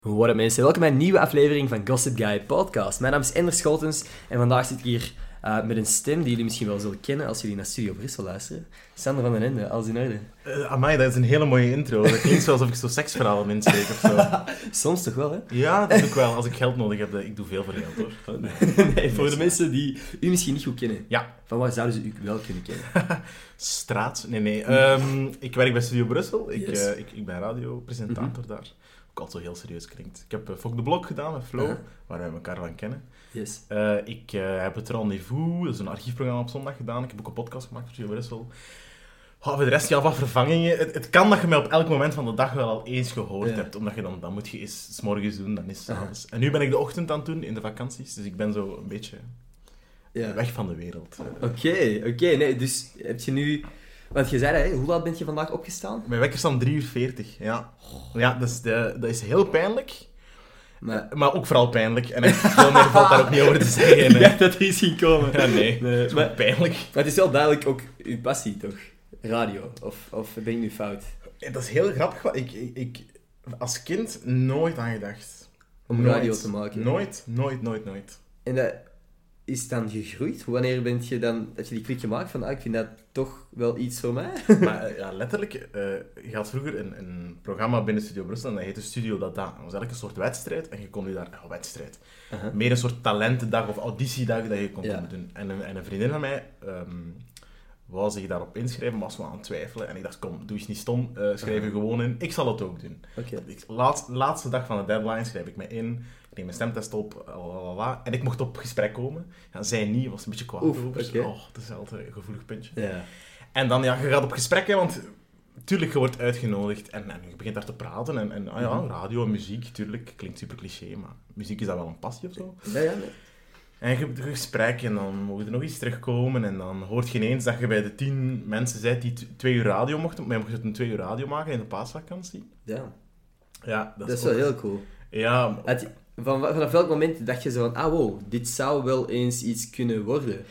Hoi mensen, welkom bij een nieuwe aflevering van Gossip Guy Podcast. Mijn naam is Ender Schotens en vandaag zit ik hier met een stem die jullie misschien wel zullen kennen als jullie naar Studio Brussel luisteren. Sander van den Ende, alles in orde? Amai, dat is een hele mooie intro. Dat klinkt alsof ik zo'n seksverhaal insteek of zo. Soms toch wel, hè? Ja, dat doe ik wel. Als ik geld nodig heb, ik doe veel voor geld, hoor. Nee, voor de mensen die u misschien niet goed kennen. Ja. Van waar zouden ze u wel kunnen kennen? Straat? Nee. Ik werk bij Studio Brussel. Yes. Ik ben radiopresentator daar. Ook altijd zo heel serieus klinkt. Ik heb Fok de Blok gedaan met Flo, waar wij elkaar van kennen. Yes. Ik heb het Rendezvous, dat is een archiefprogramma op zondag gedaan. Ik heb ook een podcast gemaakt voor Studio Brussel. Voor de rest, ja, wat vervangingen. Het kan dat je mij op elk moment van de dag wel al eens gehoord hebt. Omdat je dan moet je eens 's morgens doen, dan is het 's avonds. En nu ben ik de ochtend aan het doen, in de vakanties. Dus ik ben zo een beetje weg van de wereld. Oké. Nee, dus heb je nu... Want je zei, hè, hoe laat ben je vandaag opgestaan? Mijn wekker staat om 3:40 uur, ja. Ja, dat is heel pijnlijk. Maar ook vooral pijnlijk. En echt veel meer valt daar ook niet over te zeggen. Ik dacht dat er iets ging komen. Ja, nee. Het is maar pijnlijk. Maar het is wel duidelijk ook uw passie, toch? Radio. Of ben ik nu fout? Dat is heel grappig. Ik als kind nooit aan gedacht. Om radio te maken? Nooit. En dat is dan gegroeid? Wanneer ben je dan... Dat je die klik gemaakt van, ik vind dat toch wel iets voor mij? Maar ja, letterlijk, je had vroeger een programma binnen Studio Brussel en dat heette Studio Dada. Dat was eigenlijk een soort wedstrijd en je kon je daar... wedstrijd. Meer een soort talentendag of auditiedag dat je kon doen. En een vriendin van mij wou zich daarop inschrijven, maar was wel aan het twijfelen. En ik dacht, kom, doe eens niet stom, schrijf je gewoon in. Ik zal het ook doen. Laatste dag van de deadline schrijf ik me in. Ik neem mijn stemtest op, en ik mocht op gesprek komen. Ja, zij niet, was een beetje kwaad over. Oh, dat is altijd een gevoelig puntje. Ja. En dan, je gaat op gesprek, hè, want tuurlijk, je wordt uitgenodigd en je begint daar te praten. En radio en muziek, tuurlijk, klinkt super cliché, maar muziek is dat wel een passie of zo. Ja. Nee. En je hebt een gesprek en dan mogen er nog iets terugkomen en dan hoort je ineens dat je bij de 10 mensen bent die 2 uur radio mochten. Maar je mocht een 2 uur radio maken in de paasvakantie. Ja, dat is wel heel cool. Ja. Vanaf welk moment dacht je zo van, wow, dit zou wel eens iets kunnen worden?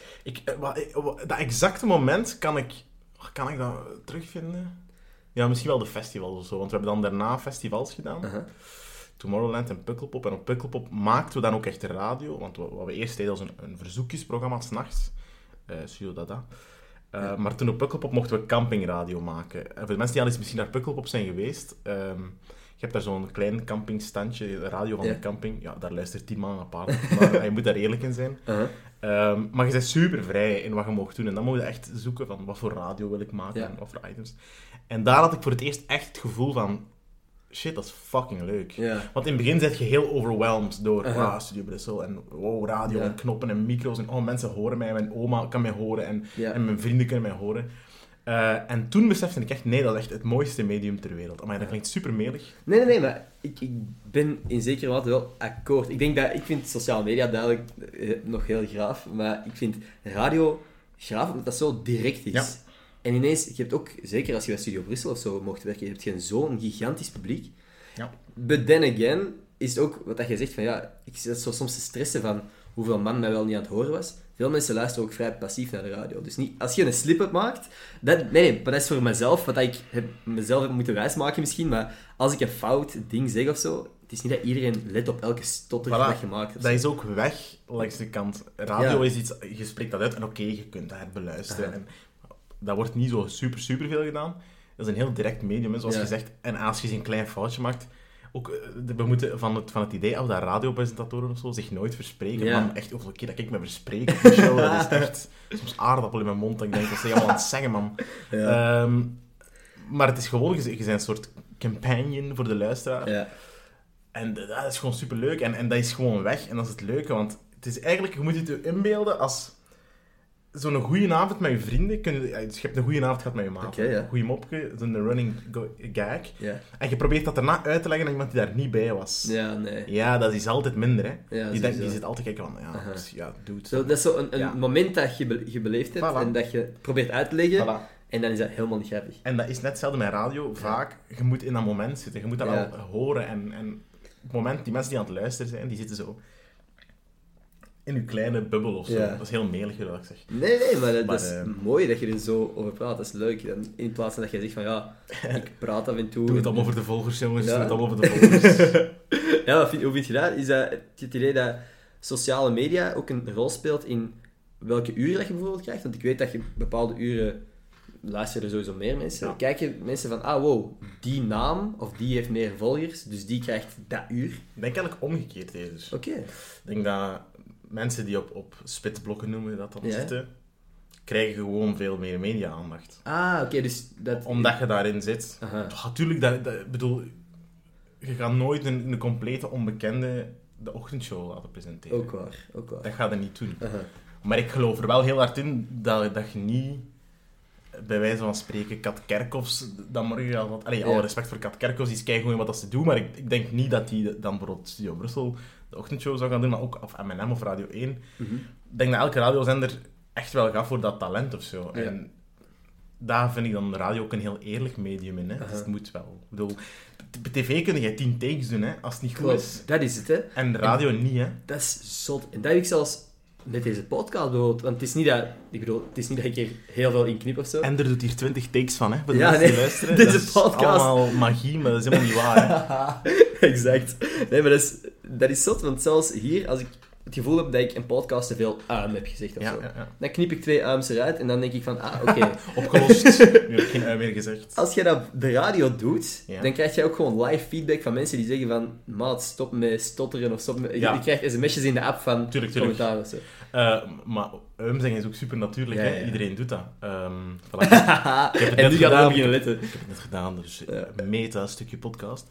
Dat exacte moment kan ik dat terugvinden? Ja, misschien wel de festivals of zo, want we hebben dan daarna festivals gedaan. Tomorrowland en Pukkelpop. En op Pukkelpop maakten we dan ook echt radio, want wat we eerst deden was een verzoekjesprogramma 's nachts, Studio Dada. Maar toen op Pukkelpop mochten we campingradio maken. En voor de mensen die al eens misschien naar Pukkelpop zijn geweest, je hebt daar zo'n klein campingstandje, de radio van de camping. Ja, daar luistert 10 man apart. Maar je moet daar eerlijk in zijn. Maar je bent super vrij in wat je mag doen. En dan moet je echt zoeken van wat voor radio wil ik maken en wat voor items. En daar had ik voor het eerst echt het gevoel van... Shit, dat is fucking leuk. Want in het begin zit je heel overwhelmed door Studio Brussel en radio en knoppen en micro's. En mensen horen mij, mijn oma kan mij horen en mijn vrienden kunnen mij horen. En toen besefte ik echt, nee, dat is echt het mooiste medium ter wereld. Maar dat klinkt super melig. Nee, maar ik ben in zekere mate wel akkoord. Ik vind sociale media duidelijk nog heel graaf, maar ik vind radio graaf omdat dat zo direct is. Ja. En ineens, je hebt ook, zeker als je bij Studio Brussel of zo mocht werken, heb je zo'n gigantisch publiek. Ja. But then again, is het ook wat je zegt van, ik zit zo soms te stressen van hoeveel man mij wel niet aan het horen was. Veel mensen luisteren ook vrij passief naar de radio. Dus niet, als je een slip-up maakt, maar dat is voor mezelf, wat ik mezelf heb moeten wijsmaken misschien, maar als ik een fout ding zeg of zo, het is niet dat iedereen let op elke stotter dat je maakt. Dat is ook weg langs de kant. Radio is iets, je spreekt dat uit en je kunt dat beluisteren. En dat wordt niet zo super veel gedaan. Dat is een heel direct medium, zoals gezegd. En als je een klein foutje maakt... Ook, we moeten van het idee af dat radiopresentatoren of zo zich nooit verspreken. Man, echt, hoeveel keer dat ik me verspreek op de show, dat is echt soms aardappel in mijn mond. Dat ik denk, dat ze helemaal aan het zeggen, man. Maar het is gewoon, je bent een soort companion voor de luisteraar. En dat is gewoon superleuk. En dat is gewoon weg. En dat is het leuke, want het is eigenlijk... Je moet je het inbeelden als... Zo'n goede avond met je vrienden. Dus je hebt een goede avond gehad met je maat. Een goede mopje, zo'n running gag. En je probeert dat daarna uit te leggen aan iemand die daar niet bij was. Ja, dat is altijd minder, hè. Die zit altijd kijken van, doe het. Dat is zo een moment dat je beleefd hebt en dat je probeert uit te leggen. En dan is dat helemaal niet grappig. En dat is net hetzelfde met radio. Vaak, je moet in dat moment zitten. Je moet dat al horen. En op het moment, die mensen die aan het luisteren zijn, die zitten zo... in uw kleine bubbel of zo. Dat is heel melig, wat ik zeg. Nee, maar dat is mooi dat je er zo over praat. Dat is leuk. In plaats van dat je zegt van, ik praat af en toe. Doe het allemaal over de volgers, jongens. Doe het allemaal over de volgers. Ja, hoe vind je dat? Is dat het idee dat sociale media ook een rol speelt in welke uren dat je bijvoorbeeld krijgt? Want ik weet dat je bepaalde uren luisteren er sowieso meer mensen. Ja. Kijken mensen van, wow, die naam of die heeft meer volgers, dus die krijgt dat uur. Ik denk eigenlijk omgekeerd eerder. Oké. Ik denk dat mensen die op spitblokken noemen dat dan Ja. zitten, krijgen gewoon veel meer media-aandacht. Oké, dus dat... Omdat je daarin zit. Aha. Natuurlijk, bedoel, je gaat nooit een complete onbekende de ochtendshow laten presenteren. Ook waar. Dat gaat je niet doen. Aha. Maar ik geloof er wel heel hard in dat je niet, bij wijze van spreken, Kat Kerkhoffs dan morgen gaat... Alle respect voor Kat Kerkhoffs, die kijken gewoon wat ze doen, maar ik denk niet dat die dan bijvoorbeeld Studio Brussel de ochtendshow zou gaan doen, maar ook of M&M of Radio 1. Mhm. Ik denk dat elke radiozender echt wel gaat voor dat talent of zo. Ja. En daar vind ik dan de radio ook een heel eerlijk medium in. Hè? Dus het moet wel. Ik bedoel, tv kun je 10 takes doen, hè, als het niet goed is. Dat is het, hè. En de radio niet, hè. Dat is zot. En dat heb ik zelfs met deze podcast bijvoorbeeld. Want het is niet dat... Ik bedoel, het is niet dat ik er heel veel in knip of zo. En er doet hier 20 takes van, hè. Voor de Ja, mensen die nee, luisteren. deze Dat is podcast. allemaal magie, maar dat is helemaal niet waar, hè. Exact. Nee, maar dat is zot. Want zelfs hier, als ik het gevoel heb dat ik een podcast te veel heb gezegd of zo. Ja. Dan knip ik 2 eruit en dan denk ik van, oké. Opgelost. Nu heb ik geen meer gezegd. Als je dat op de radio doet, Ja. dan krijg je ook gewoon live feedback van mensen die zeggen van, maat, stop met stotteren of stop met... Ja. Je krijgt sms'jes in de app van Tuurlijk. commentaar of zo. Maar zeggen is ook super natuurlijk, Ja, hè. ja. Iedereen doet dat. Voilà. En net nu gaat gedaan. we beginnen letten. Ik heb het net gedaan, dus Ja. meta, stukje podcast.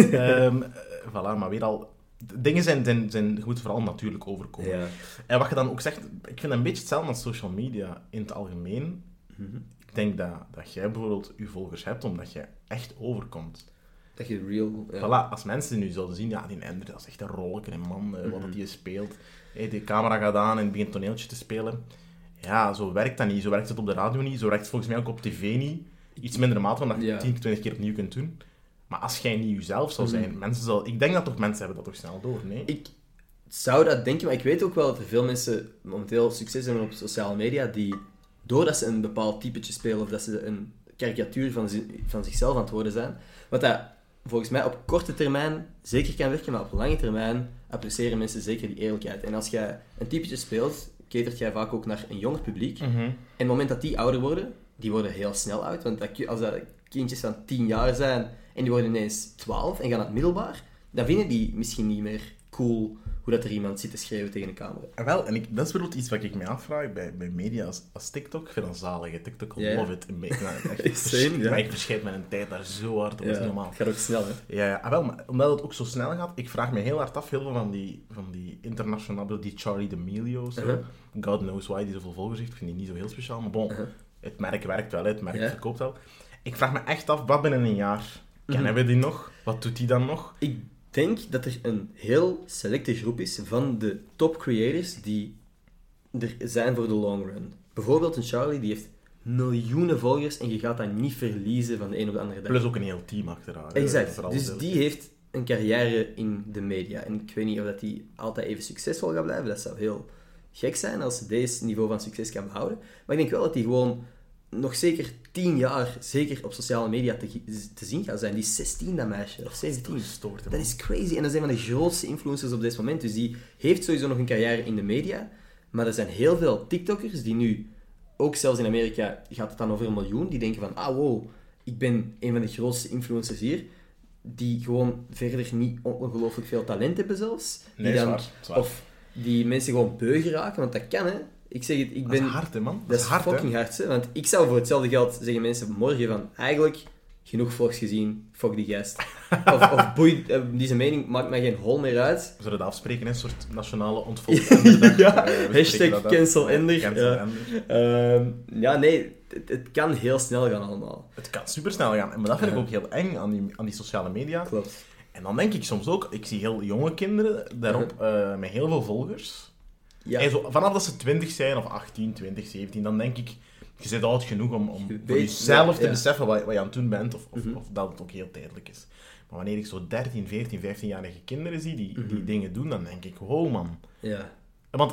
Voilà, maar weer al... Dingen zijn... Je moet vooral natuurlijk overkomen. Ja. En wat je dan ook zegt, ik vind dat een beetje hetzelfde als social media in het algemeen. Mhm. Ik denk dat jij bijvoorbeeld je volgers hebt omdat je echt overkomt. Dat je real... Ja. Voilà, als mensen nu zouden zien, ja, die Ender, dat is echt een rolletje, een man, wat dat die speelt. Die camera gaat aan en begint een toneeltje te spelen. Ja, zo werkt dat niet. Zo werkt het op de radio niet. Zo werkt het volgens mij ook op tv niet. Iets minder mate, omdat je Ja. het 10, 20 keer opnieuw kunt doen. Maar als jij niet jezelf zou zijn, ik denk dat toch mensen hebben dat toch snel door, nee? Ik zou dat denken, maar ik weet ook wel dat er veel mensen momenteel succes hebben op sociale media die, doordat ze een bepaald typetje spelen of dat ze een karikatuur van zichzelf aan het worden zijn, wat dat volgens mij op korte termijn zeker kan werken, maar op lange termijn appreciëren mensen zeker die eerlijkheid. En als jij een typetje speelt, catert jij vaak ook naar een jonger publiek. En op het moment dat die ouder worden, die worden heel snel oud, want als dat kindjes van 10 jaar zijn en die worden ineens 12 en gaan naar het middelbaar, dan vinden die misschien niet meer cool hoe dat er iemand zit te schreeuwen tegen een camera. Wel, en dat is bijvoorbeeld iets wat ik me afvraag bij media als TikTok. Ik vind dat zalig, hè. TikTok, love it. Same, ja. Maar ik verschijt mijn tijd daar zo hard op, dat is niet normaal. Het gaat ook snel, hè. Ja, wel, maar omdat het ook zo snel gaat, ik vraag me heel hard af, heel veel van die internationale, die Charlie D'Amelio, zo. God knows why die zoveel volgers heeft, ik vind die niet zo heel speciaal, maar bon, het merk werkt wel, het merk verkoopt wel. Ik vraag me echt af, wat binnen een jaar? Kennen we die nog? Wat doet die dan nog? Ik denk dat er een heel selecte groep is van de top creators die er zijn voor de long run. Bijvoorbeeld een Charlie, die heeft miljoenen volgers en je gaat dat niet verliezen van de een op de andere dag. Plus ook een heel team achteraan. Exact. Dus die heeft een carrière in de media. En ik weet niet of dat die altijd even succesvol gaat blijven. Dat zou heel gek zijn als ze deze niveau van succes kan behouden. Maar ik denk wel dat die gewoon nog zeker 10 jaar zeker op sociale media te zien gaat zijn. Die is 16, dat meisje. Of 17. Dat is crazy. En dat zijn van de grootste influencers op dit moment. Dus die heeft sowieso nog een carrière in de media. Maar er zijn heel veel TikTokkers die nu, ook zelfs in Amerika, gaat het dan over 1 miljoen. Die denken van, wow, ik ben een van de grootste influencers hier. Die gewoon verder niet ongelooflijk veel talent hebben zelfs. Nee, die dan, zwaar. Of die mensen gewoon beu geraken, want dat kan, hè. Ik zeg het, Dat is hard, hè, man. Dat is hard, fucking hard, hè. Want ik zou voor hetzelfde geld zeggen mensen morgen van, eigenlijk, genoeg vlogs gezien, fuck die gast. of boei, die zijn mening maakt mij geen hol meer uit. We zullen dat afspreken, een soort nationale ontvolkingdag. Ja, we spreken dat af. cancel Ender. Cancel Ja. Ender. Ja, nee, het kan heel snel gaan allemaal. Het kan supersnel gaan. Maar dat vind ik ook heel eng aan die sociale media. Klopt. En dan denk ik soms ook, ik zie heel jonge kinderen daarop met heel veel volgers. Ja. En zo, vanaf dat ze 20 zijn, of 18, 20, 17, dan denk ik, je bent oud genoeg om voor weet- jezelf te ja. beseffen wat je aan het doen bent, of dat het ook heel tijdelijk is. Maar wanneer ik zo 13, 14, 15-jarige kinderen zie die dingen doen, dan denk ik, wow man. Ja. Want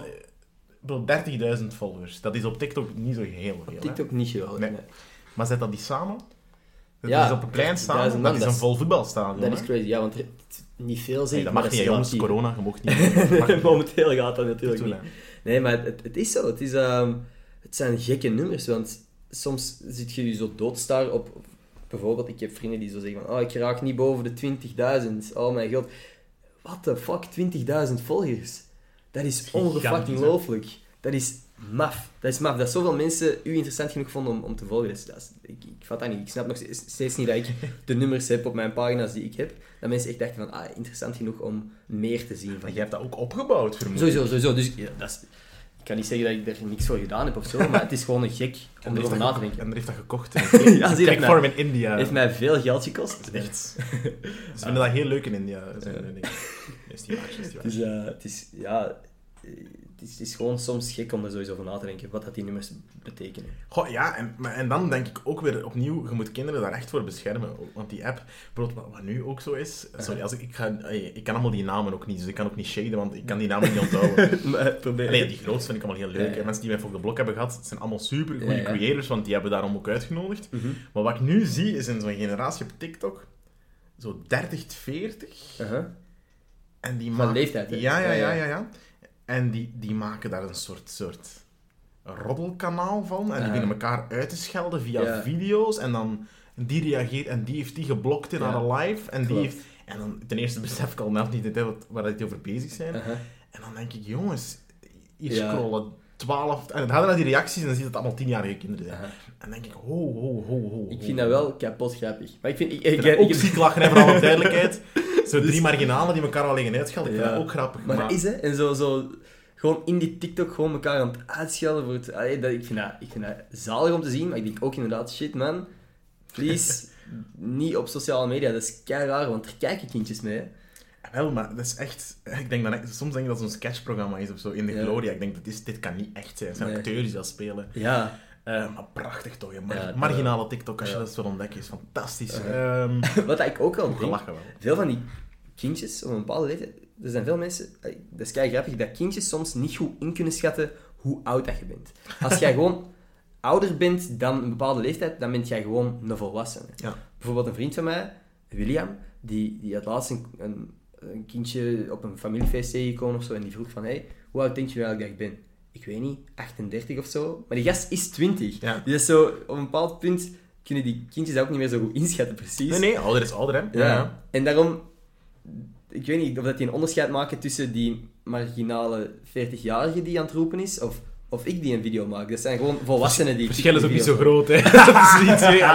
ik bedoel, 30.000 volgers, dat is op TikTok niet zo heel veel. TikTok niet geweldig, Nee. nee. Maar zet dat die samen? Dat Ja, is op een klein 30.000 stadion, man, dat is dat een is- vol voetbalstadion. Dat hè? is crazy, ja, want niet veel zeg. Dat mag niet, jongens. relatief. Corona, je mocht niet. Momenteel gaat dat natuurlijk Niet niet. doen, Nee, maar het is zo. Het zijn gekke nummers, want soms zit je zo doodstaren op... Bijvoorbeeld, ik heb vrienden die zo zeggen van, ik raak niet boven de 20.000. Oh mijn god. What the fuck, 20.000 volgers? Dat is ongelooflijk. Dat is maf. Dat is zoveel mensen u interessant genoeg vonden om te volgen. Dus ik vat dat niet. Ik snap nog steeds niet dat ik de nummers heb op mijn pagina's die ik heb. Dat mensen echt dachten van, interessant genoeg om meer te zien van. Maar jij hebt dat ook opgebouwd, vermoed ik. Sowieso. Dus ja, ik kan niet zeggen dat ik er niks voor gedaan heb of zo, maar het is gewoon een gek om erover na te denken. En er heeft dat gekocht. Ja, Kijk vorm in India. Heeft mij veel geld gekost. Echt. Ze vinden dat heel leuk in India. Het is gewoon soms gek om er sowieso over na te denken, wat dat die nummers betekenen. Goh, ja, en dan denk ik ook weer opnieuw, je moet kinderen daar echt voor beschermen. Want die app, bijvoorbeeld wat nu ook zo is... Sorry, ik kan allemaal die namen ook niet, dus ik kan ook niet shaden, want ik kan die namen niet onthouden. Nee, die grootste vind ik allemaal heel leuk. Ja. Mensen die mij voor de blog hebben gehad, het zijn allemaal super goede creators, want die hebben daarom ook uitgenodigd. Mm-hmm. Maar wat ik nu zie, is in zo'n generatie op TikTok, zo 30, 40... En die van leeftijd, hè? Ja. En die maken daar een soort roddelkanaal van. En die beginnen elkaar uit te schelden via video's. En dan die reageert en die heeft die geblokt in haar live. En die heeft... En dan ten eerste besef ik al net niet waar die over bezig zijn. En dan denk ik, jongens, hier scrollen 12... En dan gaan we naar die reacties en dan zie je dat het allemaal 10-jarige kinderen zijn. En dan denk ik, ho. Ik vind dat wel kapot grappig. Maar ik vind... Ik ziek lachen, hè, voor alle duidelijkheid. Zo 3 marginalen die elkaar al liggen uitschelden. Ik vind dat ook grappig. Maar dat is, hè. En zo gewoon in die TikTok gewoon elkaar aan het uitschelden voor het... ik vind dat zalig om te zien, maar ik denk ook inderdaad, shit man, please, niet op sociale media. Dat is kei raar, want er kijken kindjes mee, hè. Wel, maar dat is echt... Ik denk soms denk ik dat zo'n sketchprogramma is of zo, in de Gloria. Ik denk, dit kan niet echt zijn. Het zijn acteurs die dat spelen. Ja. Maar prachtig toch, marginale TikTok, als je dat wil ontdekken, is fantastisch. Wat ik ook al denk, lachen wel. Veel van die kindjes, op een bepaalde leeftijd, er zijn veel mensen, dat is kei grappig, dat kindjes soms niet goed in kunnen schatten hoe oud dat je bent. Als jij gewoon ouder bent dan een bepaalde leeftijd, dan ben jij gewoon een volwassene. Ja. Bijvoorbeeld een vriend van mij, William, die had laatst een kindje op een familiefeest tegengekomen of zo, en die vroeg van, hoe oud denk je eigenlijk dat ik ben? Ik weet niet, 38 of zo. Maar die gast is 20. Ja. Dus zo, op een bepaald punt kunnen die kindjes dat ook niet meer zo goed inschatten, precies. Nee, ouder is ouder, hè. Ja. En daarom, ik weet niet of dat die een onderscheid maken tussen die marginale 40-jarige die aan het roepen is, of ik die een video maak. Dat zijn gewoon volwassenen die... Het verschil is ook niet zo groot, hè. Dat is niet zo...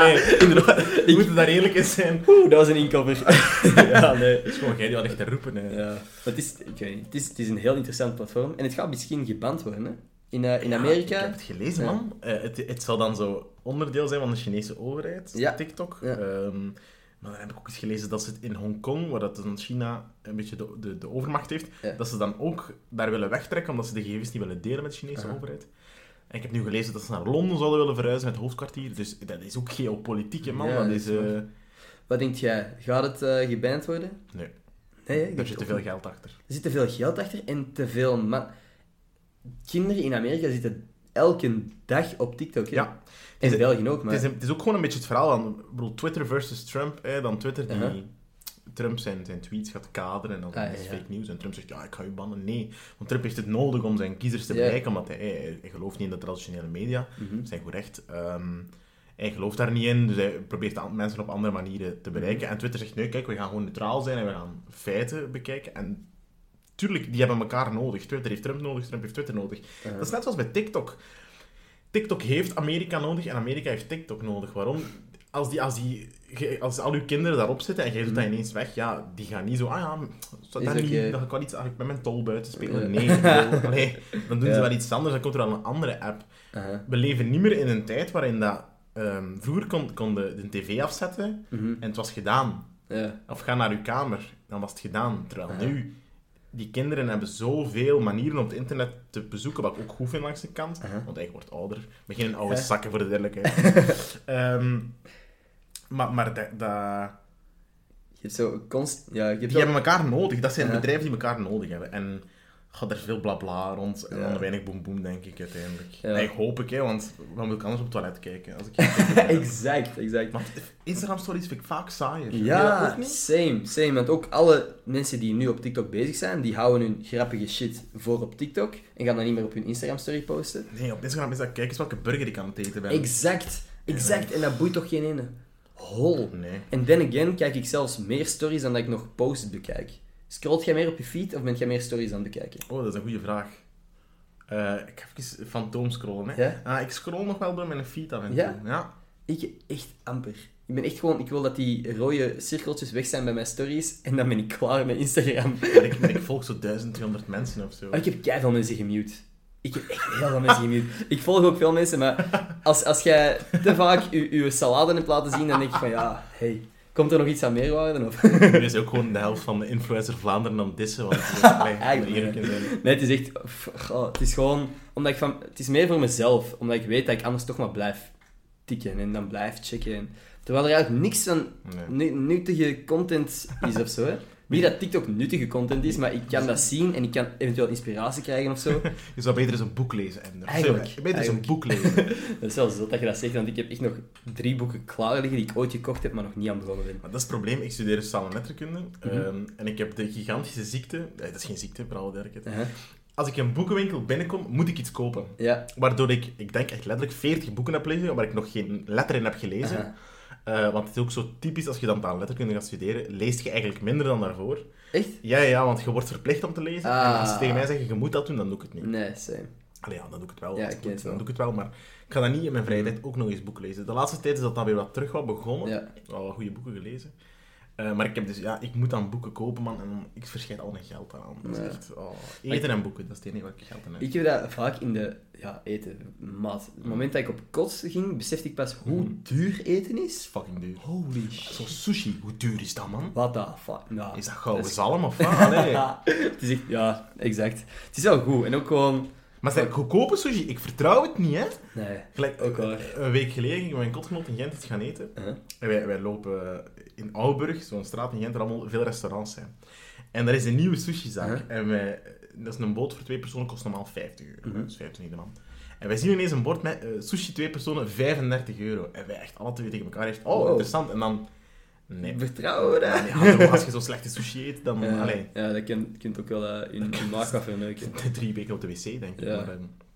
We moeten daar eerlijk in zijn. Dat was een inkopper. Ja, nee. Het is gewoon jij die wat echt te roepen, hè. Ja. Maar ik weet niet, het is een heel interessant platform. En het gaat misschien geband worden, hè. In Amerika... Ik heb het gelezen, man. Het zal dan zo onderdeel zijn van de Chinese overheid, TikTok. Ja. Maar dan heb ik ook eens gelezen dat ze het in Hongkong, waar dat dan China een beetje de overmacht heeft, dat ze dan ook daar willen wegtrekken, omdat ze de gegevens niet willen delen met de Chinese overheid. En ik heb nu gelezen dat ze naar Londen zouden willen verhuizen met het hoofdkwartier. Dus dat is ook geopolitiek, hè, man. Ja, dat is... Wat denk jij? Gaat het geband worden? Nee. Nee, er zit te veel geld achter. Er zit te veel geld achter en te veel... Kinderen in Amerika zitten elke dag op TikTok, hè? Ja. En België ook, maar... Het is ook gewoon een beetje het verhaal van... Ik bedoel, Twitter versus Trump, hè, dan Twitter die... Trump zijn tweets gaat kaderen en dan is het fake news. En Trump zegt, ik ga u bannen. Nee, want Trump heeft het nodig om zijn kiezers te bereiken, omdat hij gelooft niet in de traditionele media. Dat is zijn goed recht. Hij gelooft daar niet in, dus hij probeert mensen op andere manieren te bereiken. En Twitter zegt, nee, kijk, we gaan gewoon neutraal zijn en we gaan feiten bekijken. En tuurlijk, die hebben elkaar nodig. Twitter heeft Trump nodig, Trump heeft Twitter nodig. Dat is net zoals bij TikTok. TikTok heeft Amerika nodig en Amerika heeft TikTok nodig. Waarom? Als al uw kinderen daarop zitten en jij doet dat ineens weg, die gaan niet zo, dan ga ik wel iets met mijn tol buiten spelen. Nee, dan doen ze wel iets anders, dan komt er al een andere app. We leven niet meer in een tijd waarin dat... vroeger kon de tv afzetten en het was gedaan. Of ga naar uw kamer, dan was het gedaan. Terwijl nu... Die kinderen hebben zoveel manieren om het internet te bezoeken, wat ik ook goed vind langs de kant. Want hij wordt ouder. Beginnen oude zakken, voor de duidelijkheid. Maar dat... Je hebt zo die hebben elkaar nodig. Dat zijn bedrijven die elkaar nodig hebben. En gaat er veel blabla rond en dan weinig boem boem, denk ik, uiteindelijk. Ja. Nee, hoop ik, hè, want wat moet ik anders op het toilet kijken? Als ik Exact. Maar Instagram-stories vind ik vaak saaier. Vind je Ja, dat ook niet? same. Want ook alle mensen die nu op TikTok bezig zijn, die houden hun grappige shit voor op TikTok en gaan dan niet meer op hun Instagram-story posten. Nee, op Instagram is dat, kijk eens welke burger ik aan het eten ben. Exact. En dat boeit toch geen ene? Hol. Nee. En then again kijk ik zelfs meer stories dan dat ik nog posts bekijk. Scrolt jij meer op je feed of bent jij meer stories aan het bekijken? Oh, dat is een goede vraag. Ik ga even fantoom scrollen, hè. Ja? Ik scroll nog wel door mijn feed af en toe. Ja? Ja. Ik echt amper. Ik ben echt gewoon... Ik wil dat die rode cirkeltjes weg zijn bij mijn stories en dan ben ik klaar met Instagram. Maar ik volg zo 1200 mensen of zo. Ik heb keiveel mensen gemute. Ik heb echt heel veel mensen gemute. Ik volg ook veel mensen, maar als jij te vaak je salade hebt laten zien, dan denk ik van ja, hey, komt er nog iets aan meerwaarde? Of? Er is ook gewoon de helft van de influencer Vlaanderen aan het dissen, want het is Eigenlijk, eerlijk in zijn. Nee, het is echt... Het is gewoon... Omdat het is meer voor mezelf. Omdat ik weet dat ik anders toch maar blijf tikken en dan blijf checken. Terwijl er eigenlijk niks van nuttige content is of zo. Hè. Niet dat TikTok nuttige content is, maar ik kan dat zien en ik kan eventueel inspiratie krijgen of zo. Je zou beter eens een boek lezen, Ender. Eigenlijk. Beter eens een boek lezen. Dat is wel zo dat je dat zegt, want ik heb echt nog 3 boeken klaar liggen die ik ooit gekocht heb, maar nog niet aan begonnen ben. Maar dat is het probleem. Ik studeer sociale letterkunde en ik heb de gigantische ziekte... dat is geen ziekte, voor alle duidelijkheid. Als ik in een boekenwinkel binnenkom, moet ik iets kopen. Ja. Waardoor ik denk echt letterlijk 40 boeken heb liggen, waar ik nog geen letter in heb gelezen. Want het is ook zo typisch, als je dan aan letterkunde gaat studeren, leest je eigenlijk minder dan daarvoor. Echt? Ja, want je wordt verplicht om te lezen. En als ze tegen mij zeggen, je moet dat doen, dan doe ik het niet. Nee, same. Allee, ja, dan doe ik het wel. Ja, Als ik het weet moet, wel. dan doe ik het wel, maar ik ga dan niet in mijn vrije tijd ook nog eens boeken lezen. De laatste tijd is dat dan weer wat terug wat begonnen. Ja. Al wat goede boeken gelezen. Maar ik heb dus, ik moet dan boeken kopen, man, en dan, ik verschijt al mijn geld aan. Dat is Ja. echt, eten en boeken, dat is het enige wat ik geld aan heb. Ik heb dat vaak in de... Ja, eten. Maat. Het moment dat ik op kots ging, besefte ik pas hoe duur eten Dat is. is fucking duur. Holy shit. Zo'n sushi, hoe duur is dat, man? What the fuck? Nou, Is dat gouden dat is- zalm of wat? Allee. Het is echt... Ja, exact. Het is wel goed. En ook gewoon... Maar zeg, goedkope sushi, ik vertrouw het niet, hè. Nee. Gelijk, Ook waar. een week geleden gingen we met mijn kotgenoot in Gent iets gaan eten. En wij lopen in Ouwburg, zo'n straat in Gent, waar allemaal veel restaurants zijn. En daar is een nieuwe sushizaak. En dat is een boot voor 2 personen, kost normaal €50. Dat is 25 man. En wij zien ineens een bord met sushi 2 personen, €35. En wij echt alle twee tegen elkaar echt, Wow. interessant. En dan, nee. Vertrouwen we dat? Ja, hallo, als je zo slechte sushi eet, dan, allee, Ja, dat kunt ook wel in maag gaan verneuken. 3 weken op de wc, denk ik. Ja. Maar,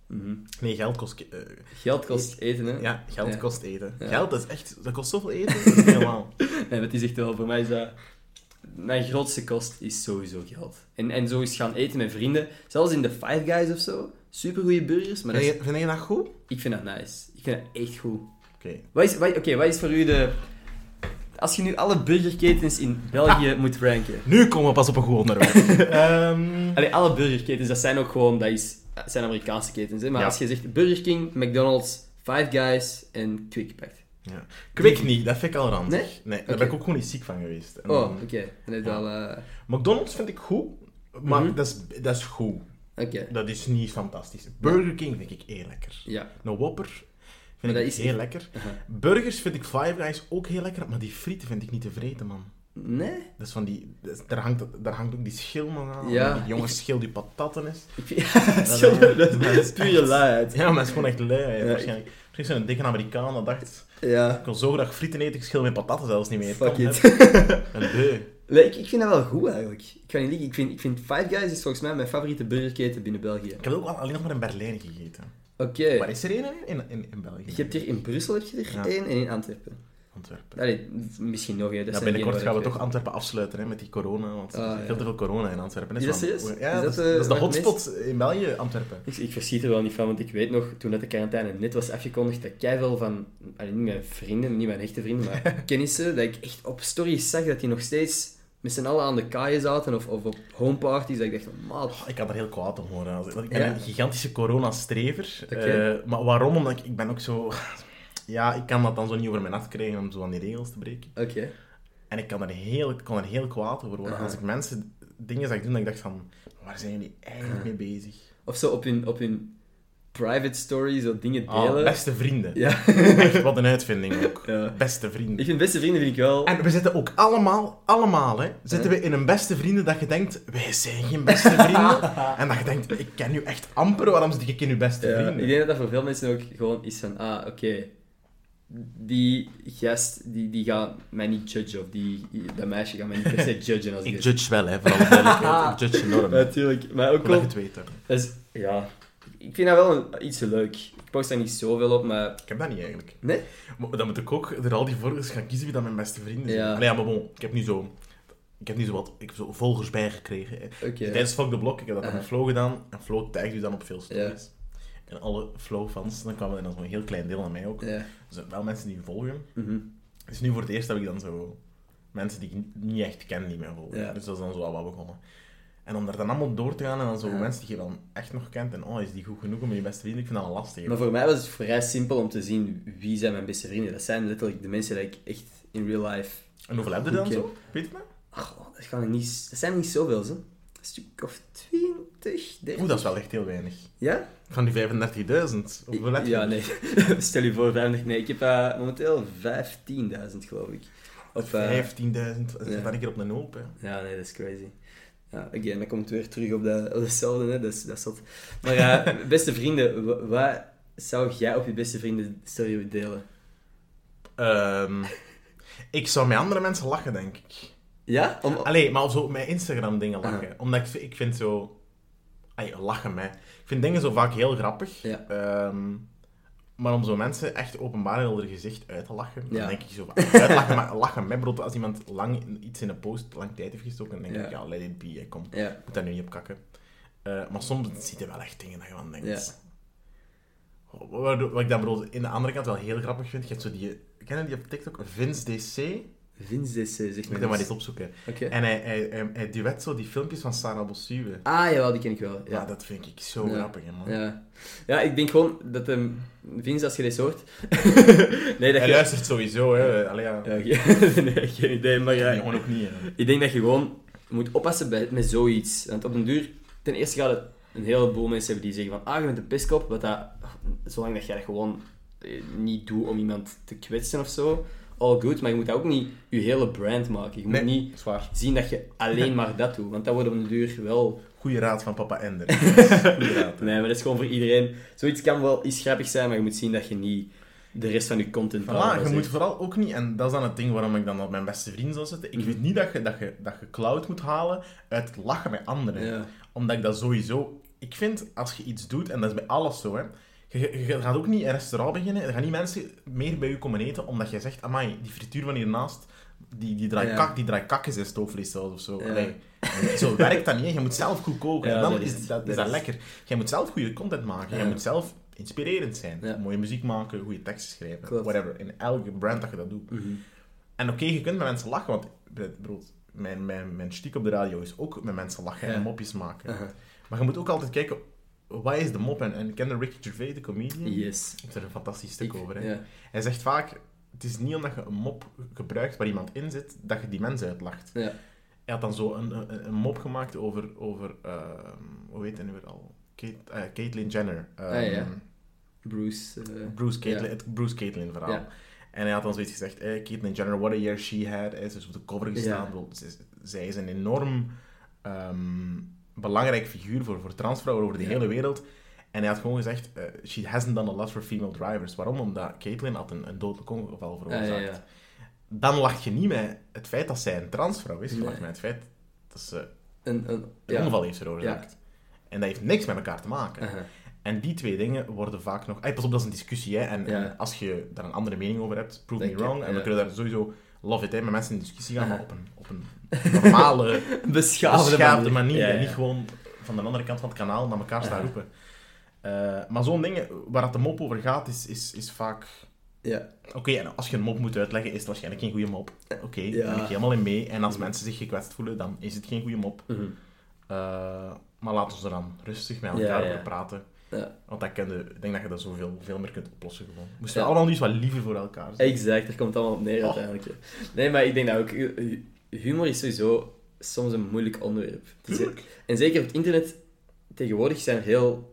nee, geld kost... Geld kost eten, hè? ja, geld Ja. kost eten. Ja. Geld, dat is echt... Dat kost zoveel eten, dat is niet normaal. Nee, het is echt wel... Voor mij is dat... Mijn grootste kost is sowieso geld. En zo is gaan eten met vrienden. Zelfs in de Five Guys of zo. Supergoeie burgers. Maar dat is- Vind je dat goed? ik vind dat nice. Ik vind dat echt goed. Oké. Wat is voor u de... Als je nu alle burgerketens in België moet ranken... Nu komen we pas op een goed onderwerp. Allee, alle burgerketens, dat zijn ook gewoon... Dat zijn Amerikaanse ketens, hè. Maar Ja. als je zegt Burger King, McDonald's, Five Guys en Quick Pact. Ja. Kwik niet, dat vind ik al ranzig. Nee? Nee, daar Oké. ben ik ook gewoon niet ziek van geweest. En Oh, dan- oké. En dat is wel... McDonald's vind ik goed, maar Mhm. dat is goed. Oké. Dat is niet fantastisch. Burger King vind ik heel lekker. Ja. Een Whopper Maar vind dat ik is heel echt- lekker. Aha. Burgers vind ik Five Guys ook heel lekker, maar die frieten vind ik niet te vreten, man. Nee? Dat is van die... daar hangt ook die schil nog aan. Ja. Die jonge schil die patatten is. Ik vind... Sorry, dat is pure luiheid. Ja, maar het is gewoon echt lui. Ja, Waarschijnlijk. Misschien zo'n dikke Amerikaan dat dacht... Ja. Ik wil zo graag frieten eten, ik schil mijn patatten zelfs niet meer. Fuck Kom, it. hè. Een beu. Nee, ik vind dat wel goed, eigenlijk. Ik ga niet liegen. Ik vind Five Guys is volgens mij mijn favoriete burgerketen binnen België. Ik heb ook alleen nog maar in Berlijn gegeten. Oké. Waar is er een in België? Je hebt hier in Brussel heb je er Ja. één en in Antwerpen. Antwerpen. Allee, misschien nog, hè. Dat Ja, zijn binnenkort degenen gaan we waar toch ik Antwerpen afsluiten hè, met die corona, want er is Ah, veel ja. te veel corona in Antwerpen. Is dat wel- serieus? Ja, Is dat, dat, is de waar het hotspot in België, Antwerpen. Ik verschiet er wel niet van, want ik weet nog, toen dat de quarantaine net was afgekondigd, dat keiveel van, allee, niet mijn vrienden, niet mijn echte vrienden, maar kennissen, dat ik echt op stories zag dat die nog steeds met z'n allen aan de kaaien zaten of op homeparties, dat ik dacht, maat... Ik kan er heel kwaad om worden. Want ik ben Ja? een gigantische corona-strever. Oké. Maar waarom? Omdat ik ben ook zo... Ja, ik kan dat dan zo niet over mijn nacht krijgen om zo aan die regels te breken. Oké. En ik kan er heel kwaad over worden. Als ik mensen dingen zag doen, dat ik dacht van... Waar zijn jullie eigenlijk mee bezig? Of zo op hun private stories, zo dingen delen. Beste vrienden. Ja. Echt, wat een uitvinding ook. Ja. Beste vrienden. Ik vind beste vrienden vind ik wel... En we zitten ook allemaal, hè, zitten we in een beste vrienden dat je denkt, wij zijn geen beste vrienden. En dat je denkt, ik ken u echt amper, waarom zit ik in uw beste Ja, vrienden? ik denk dat dat voor veel mensen ook gewoon is van, oké, die gast, die gaat mij niet judgen, of dat meisje gaat mij niet per se judgen. Als Ik judge wel, hè, voor alle duidelijkheid. Ik judge enorm. Natuurlijk, maar ook Omdat wel... je het weet, hè. Dus, ja, ik vind dat wel iets leuk. Ik post daar niet zoveel op, maar... Ik heb dat niet eigenlijk. Nee? Maar dan moet ik ook er al die volgers gaan kiezen wie dat mijn beste vrienden zijn. Ja. Allee, ja, maar bon, ik heb niet zo wat volgers bijgekregen. Hè. Oké. Tijdens Fuck the Block, ik heb dat dan Aha. met Flo gedaan. En Flo tagt u dan op veel stories. Ja. En alle Flow-fans, dan kwamen er dan zo'n heel klein deel aan mij ook. Ja. Er zijn wel mensen die me volgen. Mhm. Dus nu voor het eerst heb ik dan zo mensen die ik niet echt ken die mij volgen. Ja. Dus dat is dan zo al wat begonnen. En om daar dan allemaal door te gaan en dan zo Ja. mensen die je dan echt nog kent en is die goed genoeg om je beste vrienden, ik vind dat wel lastig. Maar voor mij was het vrij simpel om te zien wie zijn mijn beste vrienden. Dat zijn letterlijk de mensen die ik echt in real life... En hoeveel heb je dan Oké. zo? Weet je dat? Ach, dat zijn niet zoveel, hè. Een stuk of 20, 30. Oeh, dat is wel echt heel weinig. Ja? Van die 35.000. Hoeveel heb je? Ja, nee. Stel je voor, 50. Nee, ik heb momenteel 15.000, geloof ik. Of, 15.000. Dat ja. zit dan een keer op een hoop, hè. Ja, nee, dat is crazy. Ja, again, dat komt weer terug op hetzelfde, hè. Dat is zot. Maar beste vrienden, wat zou jij op je beste vrienden story delen? Ik zou met andere mensen lachen, denk ik. Ja? Allee, maar zo met Instagram dingen lachen. Omdat ik vind zo... lachen mij. Ik vind dingen zo vaak heel grappig. Ja. Maar om zo mensen echt openbaar in hun gezicht uit te lachen, dan Ja. denk ik zo... Uitlachen, maar lachen mij. Bijvoorbeeld als iemand iets in een post lang tijd heeft gestoken, dan denk ik, let it be, hè, kom. Ja. Ik moet daar nu niet op kakken. Maar soms zie je wel echt dingen dat je van denkt... Ja. Wat ik dan bijvoorbeeld in de andere kant wel heel grappig vind, je hebt zo die... Ken je die op TikTok? Vince DC? Vince DC, zeg Ik maar. moet dat maar eens opzoeken. Oké. En hij duet zo die filmpjes van Sarah Bossuwe. Ah, jawel, die ken ik wel. Ja, Ja. dat vind ik zo Ja. grappig, hè, man. Ja, ik denk gewoon dat Vince, als je dit hoort... nee, dat Hij je... luistert sowieso, hè. Allee, ja. Ja, nee, geen idee, maar ja... Gewoon ook niet, hè. Ik denk dat je gewoon moet oppassen met zoiets. Want op den duur... Ten eerste gaat het een heleboel mensen hebben die zeggen van... je bent een piskop. Wat dat... Zolang dat jij dat gewoon niet doet om iemand te kwetsen of zo... All good, maar je moet ook niet je hele brand maken. Je moet niet zwaar. zien dat je alleen maar dat doet. Want dat wordt op den duur wel... Goeie raad van papa Ender. Goeie raad. Nee, maar dat is gewoon voor iedereen. Zoiets kan wel iets grappig zijn, maar je moet zien dat je niet de rest van je content... Voilà, je moet vooral ook niet, en dat is dan het ding waarom ik dan op mijn beste vriend zou zitten, ik vind niet dat je clout moet halen uit het lachen met anderen. Ja. Omdat ik dat sowieso... Ik vind, als je iets doet, en dat is bij alles zo, hè, je gaat ook niet een restaurant beginnen, er gaan niet mensen meer bij je komen eten, omdat je zegt, amai, die frituur van hiernaast, die draait kak in zijn stoofvlees zelfs, of zo. Ja. Allee, zo werkt dat niet, hè. Je moet zelf goed koken, Ja, en dan dat is dat lekker. Jij moet zelf goede content maken, jij moet zelf inspirerend zijn, mooie muziek maken, goede teksten schrijven, Klopt. whatever, in elke brand dat je dat doet. En oké, je kunt met mensen lachen, want bijvoorbeeld, mijn stiek op de radio is ook met mensen lachen en mopjes maken. Maar je moet ook altijd kijken, wat is de mop? En ken je Ricky Gervais, de comedian? Yes. Ik heb er een fantastisch stuk over. Hè? Ja. Hij zegt vaak, het is niet omdat je een mop gebruikt waar iemand in zit, dat je die mensen uitlacht. Ja. Hij had dan zo een mop gemaakt over hoe heet hij nu weer al? Caitlyn Jenner. Bruce. Het Bruce Caitlyn verhaal. Ja. En hij had dan zoiets gezegd, Caitlyn Jenner, what a year she had. Hij is dus op de cover gestaan. Zij is een enorm belangrijk figuur voor transvrouwen over de hele wereld. En hij had gewoon gezegd, she hasn't done a lot for female drivers. Waarom? Omdat Caitlyn had een dodelijk ongeval veroorzaakt. Dan lacht je niet met het feit dat zij een transvrouw is. Je lacht met het feit dat ze een ongeval heeft veroorzaakt. Ja. En dat heeft niks met elkaar te maken. En die twee dingen worden vaak nog... pas op, dat is een discussie, hè. En als je daar een andere mening over hebt, prove me wrong. En we kunnen daar sowieso love it, hè, met mensen in discussie gaan, maar op een normale, beschaafde manier. En niet gewoon van de andere kant van het kanaal naar elkaar staan roepen. Maar zo'n ding, waar het de mop over gaat, is vaak... Ja. Oké, en als je een mop moet uitleggen, is het waarschijnlijk geen goede mop. Oké, daar ben ik helemaal in mee. En als mensen zich gekwetst voelen, dan is het geen goede mop. Maar laten we er dan rustig met elkaar over praten. Ja. Want ik denk dat je dat veel meer kunt oplossen. Gewoon. Moesten we allemaal nu eens wat liever voor elkaar zijn. Exact, daar komt het allemaal op neer uiteindelijk. Nee, maar ik denk dat ook... Humor is sowieso soms een moeilijk onderwerp. En zeker op het internet, tegenwoordig zijn er heel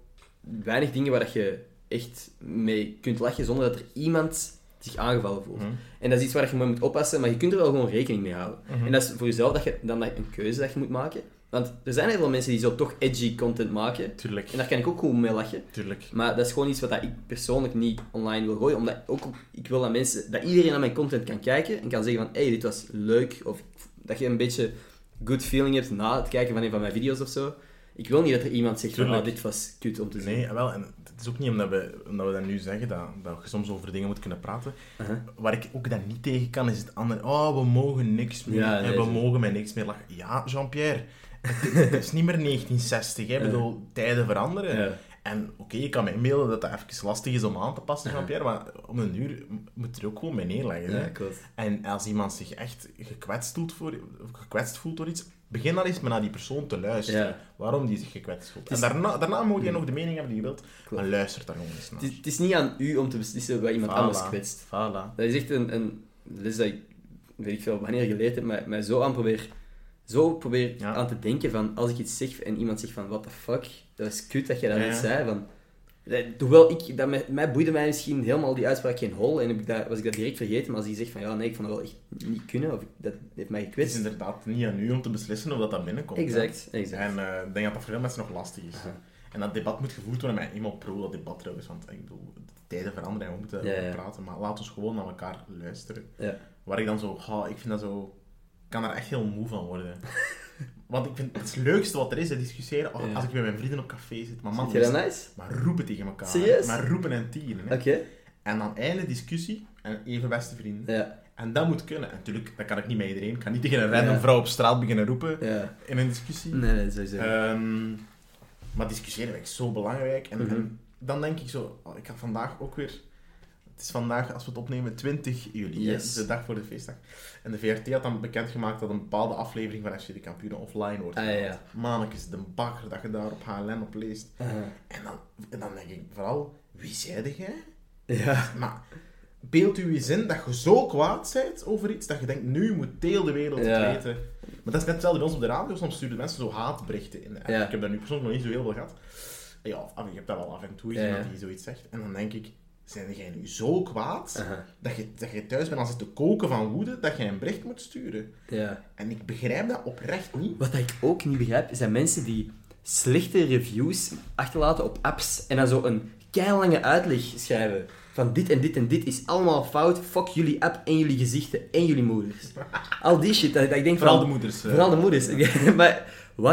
weinig dingen waar dat je echt mee kunt lachen zonder dat er iemand zich aangevallen voelt. En dat is iets waar je mee moet oppassen, maar je kunt er wel gewoon rekening mee houden. En dat is voor jezelf dat je dan een keuze dat je moet maken. Want er zijn heel veel mensen die zo toch edgy content maken. Tuurlijk. En daar kan ik ook goed mee lachen. Tuurlijk. Maar dat is gewoon iets wat ik persoonlijk niet online wil gooien. Omdat ik wil dat iedereen naar mijn content kan kijken en kan zeggen van, hey, dit was leuk. Of dat je een beetje good feeling hebt na het kijken van een van mijn video's of zo. Ik wil niet dat er iemand zegt van, oh, dit was kut om te zien. Nee, wel, en het is ook niet omdat we dat nu zeggen, dat je soms over dingen moet kunnen praten. Waar ik ook dat niet tegen kan, is het andere, oh, we mogen niks meer, en we mogen met niks meer lachen. Ja, Jean-Pierre, het is niet meer 1960, hè. Ik bedoel, tijden veranderen. Ja. En oké, je kan me inbeelden dat dat even lastig is om aan te passen, Jean-Pierre, maar om een uur moet er ook gewoon mee neerleggen. Ja, klopt. En als iemand zich echt gekwetst voelt door iets, begin dan eens maar naar die persoon te luisteren. Waarom die zich gekwetst voelt. En daarna moet je nog de mening hebben die je wilt, maar luister daar gewoon eens naar. Het is niet aan u om te beslissen wat iemand anders kwetst. Voilà. Dat is echt een les dat ik, weet ik veel wanneer geleerd heb, maar mij zo probeer aan te denken van, als ik iets zeg en iemand zegt van, what the fuck, dat is kut dat je dat niet zei. Van, hoewel mij boeide mij misschien helemaal die uitspraak geen hol en was ik dat direct vergeten, maar als die zegt van, ja nee, ik vond dat wel echt niet kunnen, of dat heeft mij gekwetst. Het is inderdaad niet aan u om te beslissen of dat binnenkomt. Exact. En ik denk dat dat voor veel mensen nog lastig is. En dat debat moet gevoerd worden met iemand pro dat debat trouwens, want ik bedoel, de tijden veranderen en we moeten praten, maar laten we gewoon naar elkaar luisteren. Ja. Waar ik dan zo, ik vind dat zo, ik kan daar echt heel moe van worden. Want ik vind het leukste wat er is, discussiëren, als ik met mijn vrienden op café zit. Maar man, vind je dat nice? Maar roepen tegen elkaar. Serieus? Maar roepen en tieren. Oké. En dan einde discussie en even beste vrienden. Ja. En dat moet kunnen. En natuurlijk, dat kan ik niet met iedereen. Ik kan niet tegen een random vrouw op straat beginnen roepen in een discussie. Nee, sowieso. Maar discussiëren is zo belangrijk. En dan denk ik zo, ik had vandaag ook weer... Het is vandaag, als we het opnemen, 20 juli. Yes. De dag voor de feestdag. En de VRT had dan bekendgemaakt dat een bepaalde aflevering van FC de Kampioenen offline wordt gehaald. Mannekes, de bakker, dat je daar op HLN op leest. En dan denk ik vooral, wie zeide jij? Ja. Maar beeld u eens in dat je zo kwaad bent over iets, dat je denkt, nu moet heel de wereld het weten. Maar dat is net hetzelfde bij ons op de radio, soms sturen mensen zo haatberichten in. Ik heb daar nu persoonlijk nog niet zo heel veel gehad. Ja, je hebt dat wel af en toe iemand die zoiets zegt. En dan denk ik, zijn jij nu zo kwaad dat je thuis bent als het te koken van woede, dat je een bericht moet sturen? Ja. En ik begrijp dat oprecht niet. Wat ik ook niet begrijp, zijn mensen die slechte reviews achterlaten op apps en dan zo een keilange uitleg schrijven van dit en dit en dit is allemaal fout, fuck jullie app en jullie gezichten en jullie moeders. Al die shit, dat ik denk vooral van... de moeders. Vooral de moeders. Maar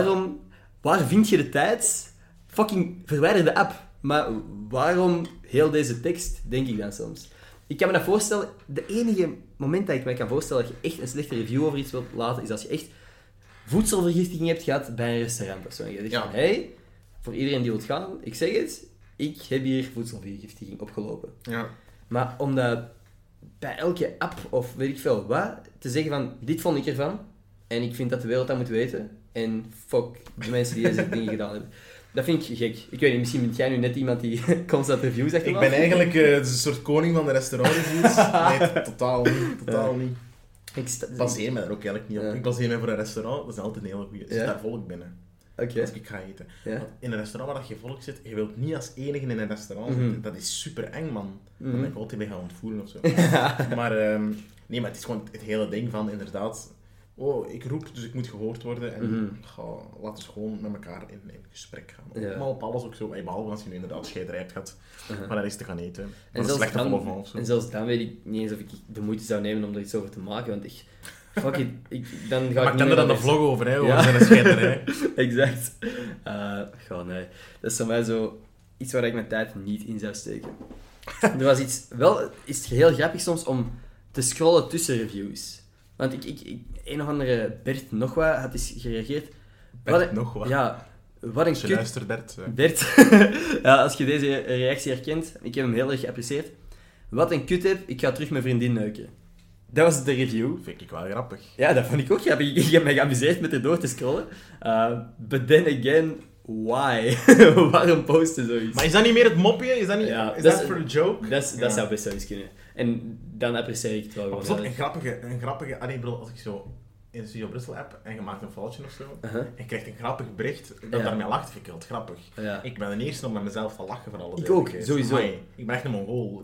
waar vind je de tijd? Fucking verwijder de app. Maar waarom heel deze tekst, denk ik dan soms. Ik kan me dat voorstellen, de enige moment dat ik me kan voorstellen dat je echt een slechte review over iets wilt laten, is als je echt voedselvergiftiging hebt gehad bij een restaurant of zo. En je zegt van, hey, voor iedereen die wilt gaan, ik zeg het, ik heb hier voedselvergiftiging opgelopen. Ja. Maar om dat bij elke app of weet ik veel wat, te zeggen van, dit vond ik ervan, en ik vind dat de wereld dat moet weten, en fuck de mensen die deze dingen gedaan hebben. Dat vind ik gek. Ik weet niet, misschien bent jij nu net iemand die constant reviews achterlaat. Ik ben eigenlijk een soort koning van de restaurantreviews. Nee, totaal niet. Ik baseer me daar ook eigenlijk niet op. Ik baseer me voor een restaurant, dat is altijd een hele goeie. Er zit daar volk binnen. Als ik ga eten. Want in een restaurant waar je volk zit, je wilt niet als enige in een restaurant zitten. Dat is super eng, man. Dan denk ik altijd mee gaan ontvoeren of zo. Maar, nee, maar het is gewoon het hele ding van, inderdaad... Oh, ik roep, dus ik moet gehoord worden. En laten we gewoon met elkaar in gesprek gaan. Maar op alles ook zo. Behalve als je nu inderdaad scheiterij hebt gehad. Maar daar is te gaan eten. En zelfs dan weet ik niet eens of ik de moeite zou nemen om er iets over te maken. Want dan ga maar ik kan er dan een vlog over, hè? Over zijn scheiterij. Exact. Nee. Dat is voor mij zo iets waar ik mijn tijd niet in zou steken. Er was iets... Wel is het heel grappig soms om te scrollen tussen reviews. Want een of andere Bert nog wat had eens gereageerd. Nog wat? Ja, wat een kut... Luister, Bert. Bert, ja, als je deze reactie herkent, ik heb hem heel erg geapprecieerd. Wat een kut heb, ik ga terug mijn vriendin neuken. Dat was de review. Vind ik wel grappig. Ja, dat vond ik ook grappig. Ik heb me geamuseerd met erdoor te scrollen. But then again, why? Waarom posten zoiets? Maar is dat niet meer het mopje? Is dat niet... Ja, is dat voor een joke? Dat zou best wel eens kunnen. En dan apprecieer ik het wel. Een grappige... Allee, bedoel, als ik zo... in de Studio Brussel-app en je maakt een foutje of zo. Uh-huh. En je krijgt een grappig bericht dat daarmee lacht, vind ik heel grappig. Ja. Ik ben de eerste om met mezelf te lachen voor alle Ik ook, sowieso. Amai, ik ben echt een Mongool.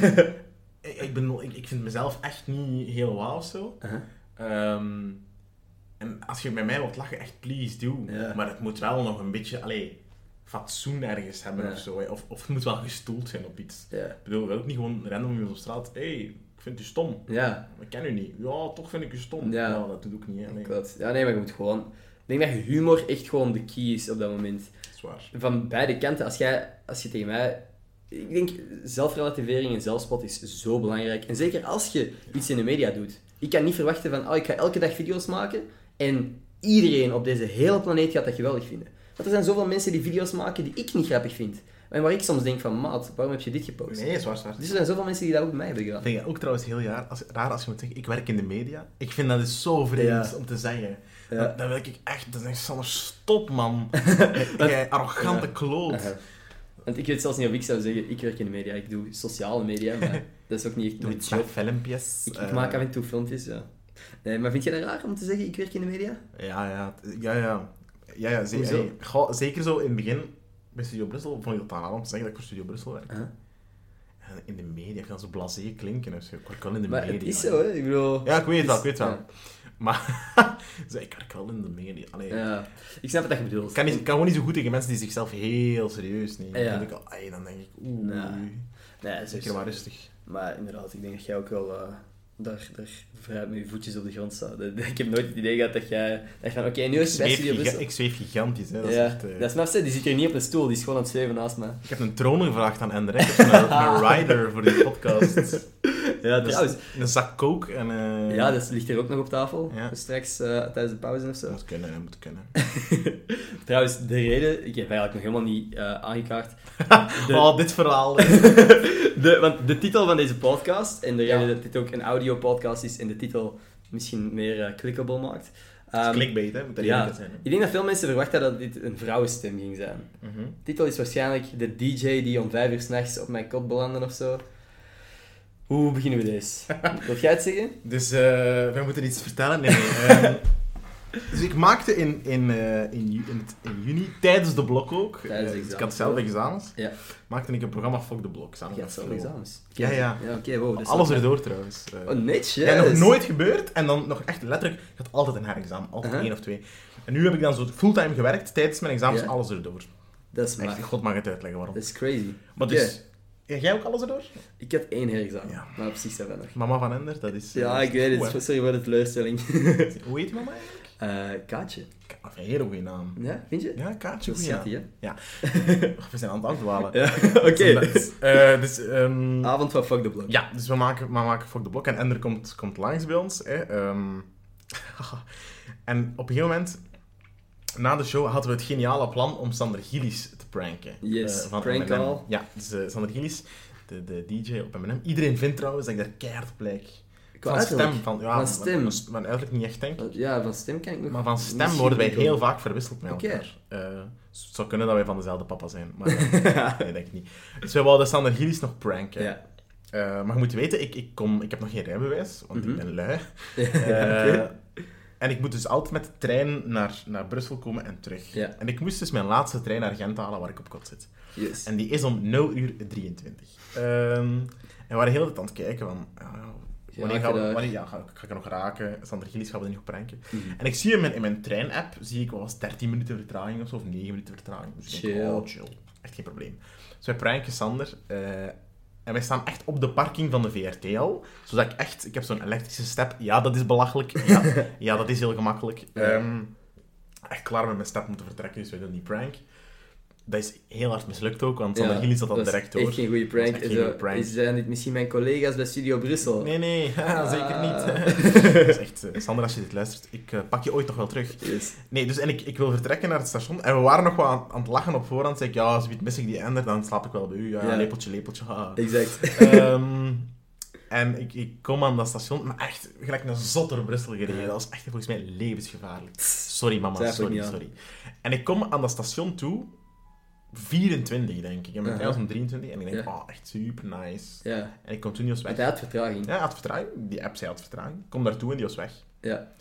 ik vind mezelf echt niet heel wauw of zo. Uh-huh. En als je met mij wilt lachen, echt please do. Ja. Maar het moet wel nog een beetje fatsoen ergens hebben Ja. of zo. Hè. Of het moet wel gestoeld zijn op iets. Ja. Ik bedoel, wel ook niet gewoon random iemand op straat. Hey, ik vind u stom. Ja. Ik ken u niet. Ja, toch vind ik u stom. Ja. Nou, dat doet ook niet. Hè. Nee, Klopt. Ja, nee, maar je moet gewoon... Ik denk dat je humor echt gewoon de key is op dat moment. dat is waar. Van beide kanten. Als je tegen mij... Ik denk, zelfrelativering en zelfspot is zo belangrijk. En zeker als je iets in de media doet. Ik kan niet verwachten van, ik ga elke dag video's maken en iedereen op deze hele planeet gaat dat geweldig vinden. Want er zijn zoveel mensen die video's maken die ik niet grappig vind. En waar ik soms denk van, maat, waarom heb je dit gepost? Nee, zwaar. Dus er zijn zoveel mensen die dat ook bij mij hebben gedaan. Ik vind het ook trouwens heel raar als je moet zeggen, ik werk in de media. Ik vind dat is zo vreemd om te zeggen. Ja. Dan wil ik echt... Dan denk ik, Sander, stop man. Jij arrogante kloot. Want ik weet zelfs niet of ik zou zeggen, ik werk in de media, ik doe sociale media, maar dat is ook niet echt Doe mijn iets job. met filmpjes. Ik maak af en toe filmpjes, ja. Nee, maar vind je dat raar om te zeggen, ik werk in de media? Ja, Hoezo? zeker zo in het begin bij Studio Brussel vond ik dat aan om te zeggen dat ik voor Studio Brussel werk. Uh-huh. En in de media, ik kan zo blasé klinken of zo. Ik werk wel in de Maar media. het is zo, hè. Ik bedoel... Ja, ik weet het wel. Ja. Maar ik werk wel in de media. Allee, Ja, ik snap wat je bedoelt. ik kan gewoon niet zo goed tegen mensen die zichzelf heel serieus nemen. Ja. Dan denk ik, oeh, Nee, zeker maar rustig. Maar inderdaad, ik denk dat jij ook wel daar vrij met je voetjes op de grond staat. Ik heb nooit het idee gehad dat jij... van, oké, nu is het bij Studio Brussel. Ik zweef gigantisch, hè. Dat is Ja, echt, dat is maf, die zit hier niet op een stoel, die is gewoon aan het zweven naast mij. Ik heb een troon gevraagd aan Ender, hè. Ik heb een rider voor die podcast. Ja, Dus trouwens. een zak coke en... Ja, dat ligt hier ook nog op tafel. Ja. Dus straks tijdens de pauze of zo. Dat moet kunnen. Trouwens, de reden... Ik heb eigenlijk nog helemaal niet aangekaart. Dit verhaal. Want de titel van deze podcast, en de reden dat dit ook een audio-podcast is en de titel misschien meer clickable maakt... Clickbait, hè? Moet dat eerlijk zijn. Hè? Ik denk dat veel mensen verwachten dat dit een vrouwenstem ging zijn. De titel is waarschijnlijk de DJ die om 5 uur 's nachts op mijn kot belandde of zo. Hoe beginnen we deze? Wil jij het zeggen? Dus we moeten iets vertellen. Nee. Dus ik maakte in juni, tijdens de blok ook, ik had zelf examens, maakte ik een programma Fuck the Blok. Samen je had zelf Flo. examens? Ja. Oké, wow. Dus alles erdoor trouwens. netjes. Ja, nog nooit gebeurd. En dan nog echt letterlijk, ik had altijd een herexamen. Altijd 1 of 2. En nu heb ik dan zo fulltime gewerkt, tijdens mijn examens, alles erdoor. Dat is Echt, maar. God mag het uitleggen waarom. Dat is crazy. Maar dus, jij ook alles erdoor? Ik heb 1 herexamen, Ja. maar precies dat wel nog. Mama van Ender, dat is... Ja, ik weet goed, het. Sorry voor de teleurstelling. Hoe heet je mama eigenlijk? Kaatje. Een hele goede naam. Ja, vind je? Ja, Kaatje, Dat is goede naam. schattig, hè? Ja. We zijn aan het afdwalen. Ja, oké. Dus, Avond van Fuck the Blok. ja, dus we maken Fuck the Blok en Ender komt langs bij ons. Hè. En op een gegeven moment, na de show, hadden we het geniale plan om Sander Gillies te pranken. Yes, van prank M&M. call. Ja, dus Sander Gillies, de DJ op M&M. Iedereen vindt trouwens dat ik daar keihard op lijk. Qua uiterlijk. Van stem. Van uiterlijk niet echt, denk ik. Ja, van stem kan ik nog... Maar van stem misschien worden wij denken. heel vaak verwisseld met Oké. elkaar. Het zou kunnen dat wij van dezelfde papa zijn, maar nee, denk ik niet. Dus wij wouden Sander Gillies nog pranken. Ja. Maar je moet weten, ik heb nog geen rijbewijs, want ik ben lui. Oké. En ik moet dus altijd met de trein naar Brussel komen en terug. Ja. En ik moest dus mijn laatste trein naar Gent halen, waar ik op kot zit. Yes. En die is om 0:23. En we waren heel de tijd aan het kijken van... Wanneer ga ik er nog raken? Sander Gillies gaan we er nog pranken. En ik zie hem in mijn trein-app, zie ik, wat was 13 minuten vertraging of zo, of 9 minuten vertraging. Dus ik denk, chill. Echt geen probleem. Dus wij pranken Sander. En wij staan echt op de parking van de VRT al. Zodat ik heb zo'n elektrische step. Ja, dat is belachelijk. Ja, dat is heel gemakkelijk. Echt klaar met mijn step om te vertrekken, dus wij doen die prank. Dat is heel hard mislukt ook, want Sander Gillies had dat direct door. Echt geen goede prank. Dat is echt geen goede prank. Zijn dit misschien mijn collega's bij Studio Brussel? Nee, zeker niet. Dat is echt, Sander, als je dit luistert, ik pak je ooit nog wel terug. Yes. Nee, dus ik wil vertrekken naar het station. En we waren nog wel aan het lachen op voorhand. Zei ik, ja, als mis ik die Ender, dan slaap ik wel bij u. Ja. Lepeltje. Exact. En ik kom aan dat station, maar echt gelijk een zot door Brussel gereden. Dat was echt volgens mij levensgevaarlijk. Sorry mama, sorry. En ik kom aan dat station toe, 24 denk ik. En mijn trein was om 23 en ik denk, echt super nice. Ja. En ik kom toen, die was weg. Hij had vertraging. Ja, hij had vertraging. Die app zei had vertraging. Ik kom daartoe en die was weg. Ja.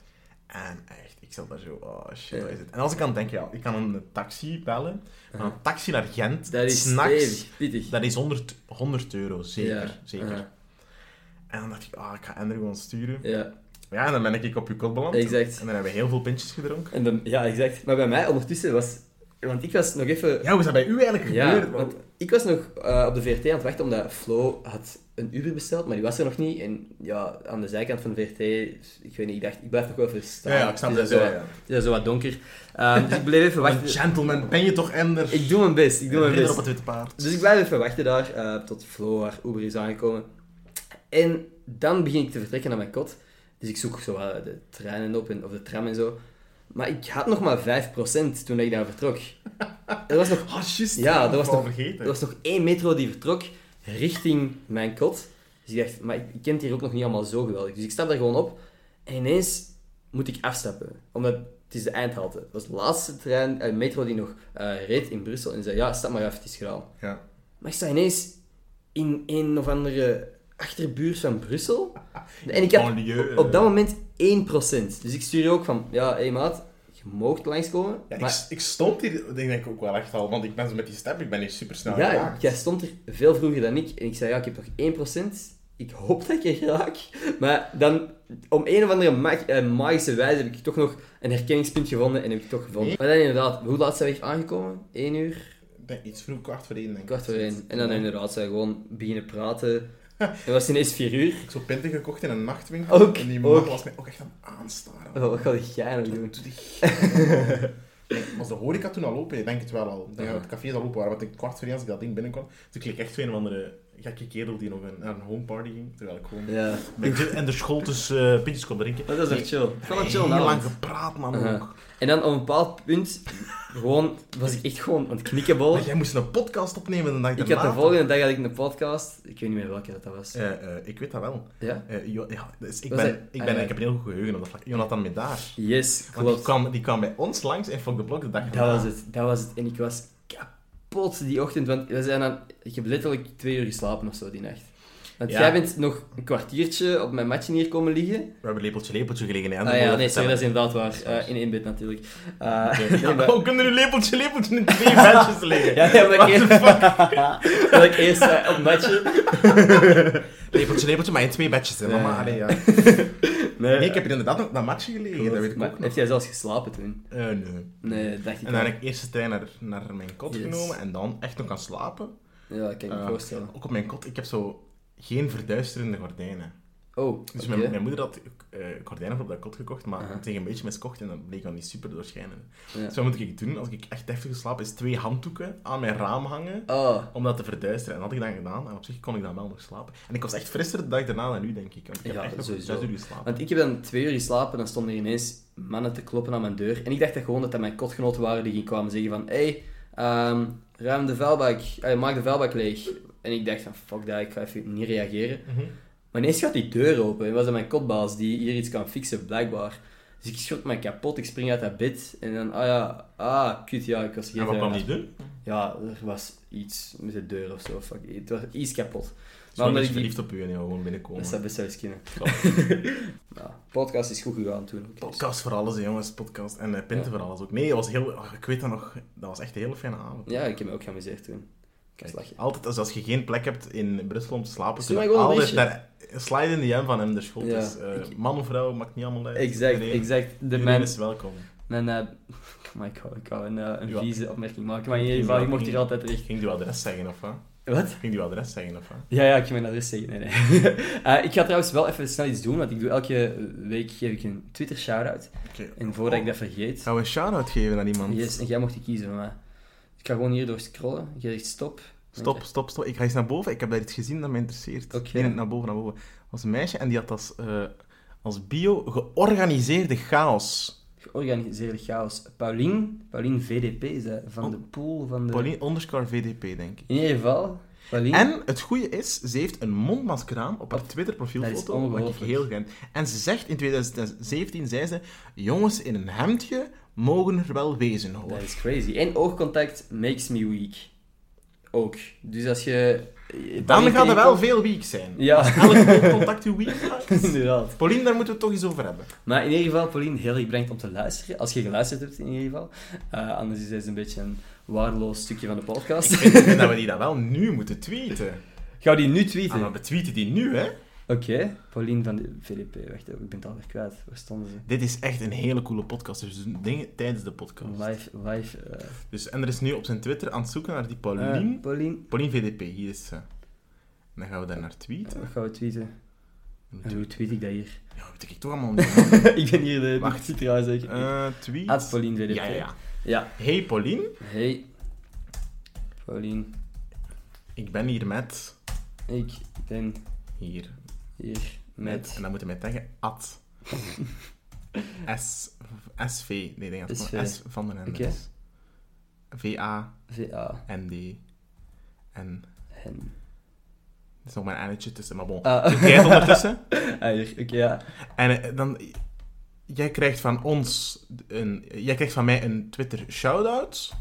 En echt, ik zat daar zo, oh shit, wat is het? En als ik aan het denken, ik kan een taxi bellen. Maar een taxi naar Gent, Dat is s'nachts, pittig. dat is 100 euro, zeker. Ja. En dan dacht ik, ik ga Ender gewoon sturen. Ja. Ja, en dan ben ik op je kot beland. Exact. En dan hebben we heel veel pintjes gedronken. En dan, ja, exact. Maar bij mij ondertussen was... Want ik was nog even... Ja, hoe is dat bij u eigenlijk gebeurd? Want ik was nog op de VRT aan het wachten, omdat Flo had een Uber besteld, maar die was er nog niet. En ja, aan de zijkant van de VRT, ik weet niet, ik dacht, ik blijf nog wel even staan. Ja, ik snap dat. Het is zo wat donker. Dus ik bleef even wachten. Een gentleman, ben je toch, Ender? Ik doe mijn best, Ridder op het witte paard. Dus ik blijf even wachten daar, tot Flo haar Uber is aangekomen. En dan begin ik te vertrekken naar mijn kot. Dus ik zoek zo de treinen op, of de tram en zo. Maar ik had nog maar 5% toen ik daar vertrok. Er was nog... Ja, er vergeten. was nog 1 metro die vertrok richting mijn kot. Dus ik dacht, maar ik ken het hier ook nog niet allemaal zo geweldig. Dus ik stap daar gewoon op. En ineens moet ik afstappen. Omdat het is de eindhalte. Het was de laatste metro die nog reed in Brussel. En zei, ja, stap maar af, het is gedaan. Ja. Maar ik sta ineens in een of andere achterbuurt van Brussel. En ik had op dat moment 1%. Dus ik stuur ook van, ja, hé maat, je moogt langskomen. Ja, maar... ik stond hier, denk ik ook wel echt al, want ik ben zo met die step, ik ben hier super snel Ja, geraakt. jij stond er veel vroeger dan ik. En ik zei, ja, ik heb nog 1%. Ik hoop dat ik er raak. Maar dan, om een of andere magische wijze, heb ik toch nog een herkenningspunt gevonden en heb ik het toch gevonden. Nee. Maar dan inderdaad, hoe laat zijn we aangekomen? 1 uur? Ik denk iets vroeg, 1:15 denk ik. 1:15. En dan inderdaad zijn we gewoon beginnen praten. Het was ineens 4 uur. Ik heb pinten gekocht in een nachtwinkel. Ook, en die man was mij ook echt aan het aanstaren. Oh, wat ga jij nog doen? Was de horeca toen al open? Ik denk het wel al. Ik denk dat het cafés al open waren. Want 1:15 als ik dat ding binnenkwam, toen kreeg ik echt een of andere gekke kerel die nog naar een homeparty ging. Terwijl ik gewoon en de Scholtes pintjes kon drinken. Dat is echt chill. Ik vond het chill. Heel lang gepraat, man. Ook. En dan op een bepaald punt was ik echt gewoon aan het knikkenbollen. Maar jij moest een podcast opnemen de dag daarna. Ik had de volgende dag een podcast. Ik weet niet meer welke dat was. Ik weet dat wel. Ja? Dus ik heb een heel goed geheugen op dat vlak. Jonathan Medaar. Yes, klopt. Die kwam bij ons langs in Fok de Blok de dag Dat was het. En ik was kapot die ochtend, want ik heb letterlijk 2 uur geslapen of zo die nacht. Want jij bent nog een kwartiertje op mijn matje hier komen liggen. We hebben lepeltje gelegen. Hè? Nee, sorry, dat is inderdaad waar. In 1 bed natuurlijk. Hoe kunnen nu lepeltje in 2 matches liggen? Ja, omdat ik eerst op matje... lepeltje, maar in 2 bedjes. Hè, mama. Nee, ik heb hier inderdaad nog dat matje gelegen. Dat weet ik ook nog. Heb jij zelfs geslapen toen? Nee, dacht ik en dan heb ik eerst de trein naar mijn kot genomen en dan echt nog gaan slapen. Ja, dat kan ik me voorstellen. Ook op mijn kot, ik heb zo geen verduisterende gordijnen. Oh, dus mijn moeder had gordijnen op dat kot gekocht, maar tegen een beetje miskocht en dat bleek dan niet super doorschijnend. Ja. Dus wat moet ik doen als ik echt heftig geslapen is 2 handdoeken aan mijn raam hangen om dat te verduisteren. En dat had ik dan gedaan en op zich kon ik dan wel nog slapen. En ik was echt frisser de dag daarna dan nu, denk ik. Want ik heb echt nog 6 uur geslapen. Want ik heb dan 2 uur geslapen en dan stonden er ineens mannen te kloppen aan mijn deur. En ik dacht gewoon dat mijn kotgenoten waren die kwamen zeggen van ruim de vuilbak, maak de vuilbak leeg. En ik dacht van, fuck dat, ik ga even niet reageren. Maar ineens gaat die deur open. En was dat mijn kotbaas die hier iets kan fixen, blijkbaar. Dus ik schot me kapot, ik spring uit dat bed. En dan, kut, ik was vergeten. En wat kwam die doen? Ja, er was iets met de deur of zo. Fuck, het was iets kapot. Maar omdat ik verliefd op u en jou gewoon binnenkomen. Dat zou best wel eens kunnen. Podcast is goed gegaan toen. Podcast voor alles, jongens. Podcast. En pinten voor alles ook. Nee, dat was heel... ik weet dat nog. Dat was echt een hele fijne avond. Ja, ik heb me ook geamuseerd toen. Altijd, als je geen plek hebt in Brussel om te slapen, kun je altijd naar slide in de DM van hem, de school. Ja, dus, man of vrouw, maakt niet allemaal uit. Exact. Iedereen is welkom. Ik wou een vieze opmerking maken, maar in ieder geval, je mocht hier altijd terecht. Ging je adres zeggen, of wat? Wat? Ging je adres zeggen, of wat? Ja, ik ging mijn adres zeggen. Nee. Ik ga trouwens wel even snel iets doen, want ik doe elke week geef ik een Twitter shout-out. En voordat ik dat vergeet... Gaan we een shout-out geven aan iemand? Yes, en jij mocht die kiezen van mij. Ik ga gewoon hierdoor scrollen. Je zegt stop. Stop. Ik ga eens naar boven. Ik heb daar iets gezien dat me interesseert. Okay. Nee, naar boven. Dat was een meisje en die had als bio georganiseerde chaos. Georganiseerde chaos. Pauline VDP is dat, van de pool van de... Pauline _VDP, denk ik. In ieder geval, Pauline... En het goede is, ze heeft een mondmasker aan op haar Twitter-profielfoto, wat ik heel gek. En ze zegt, in 2017 zei ze, jongens in een hemdje mogen er wel wezen, hoor. Dat is crazy. En oogcontact makes me weak. ook. Dus als je... Dan gaat er wel veel week zijn. Ja. Als elk contact uw week maakt. Inderdaad. Pauline, daar moeten we het toch eens over hebben. Maar in ieder geval, Pauline, heel erg bedankt om te luisteren. Als je geluisterd hebt, in ieder geval. Anders is dit een beetje een waardeloos stukje van de podcast. Ik vind dat we die dan wel nu moeten tweeten. Gaan we die nu tweeten? Maar we tweeten die nu, hè. Oké. Pauline van de VDP. Wacht, ik ben het alweer kwijt. Waar stonden ze? Dit is echt een hele coole podcast. Dus we doen dingen tijdens de podcast. Live. Dus, en er is nu op zijn Twitter aan het zoeken naar die Pauline. Pauline VDP, hier is ze. En dan gaan we daar naar tweeten. Wat gaan we tweeten? En hoe tweet ik dat hier? Ja, weet ik toch allemaal niet. Ik ben hier de... Wacht. Ik trouwens zeker. Tweet. Pauline VDP. Ja. Hey Pauline. Hey. Pauline. Ik ben hier met... Ik ben... Hier met... En dan moeten we taggen SV. Nee, ik denk dat het gewoon S van de Ende is. VA-ND. En... Er is nog maar een eindje tussen, maar bon. Jij ondertussen. Hier, oké, ja. En dan... Jij krijgt van ons jij krijgt van mij een Twitter shout-out.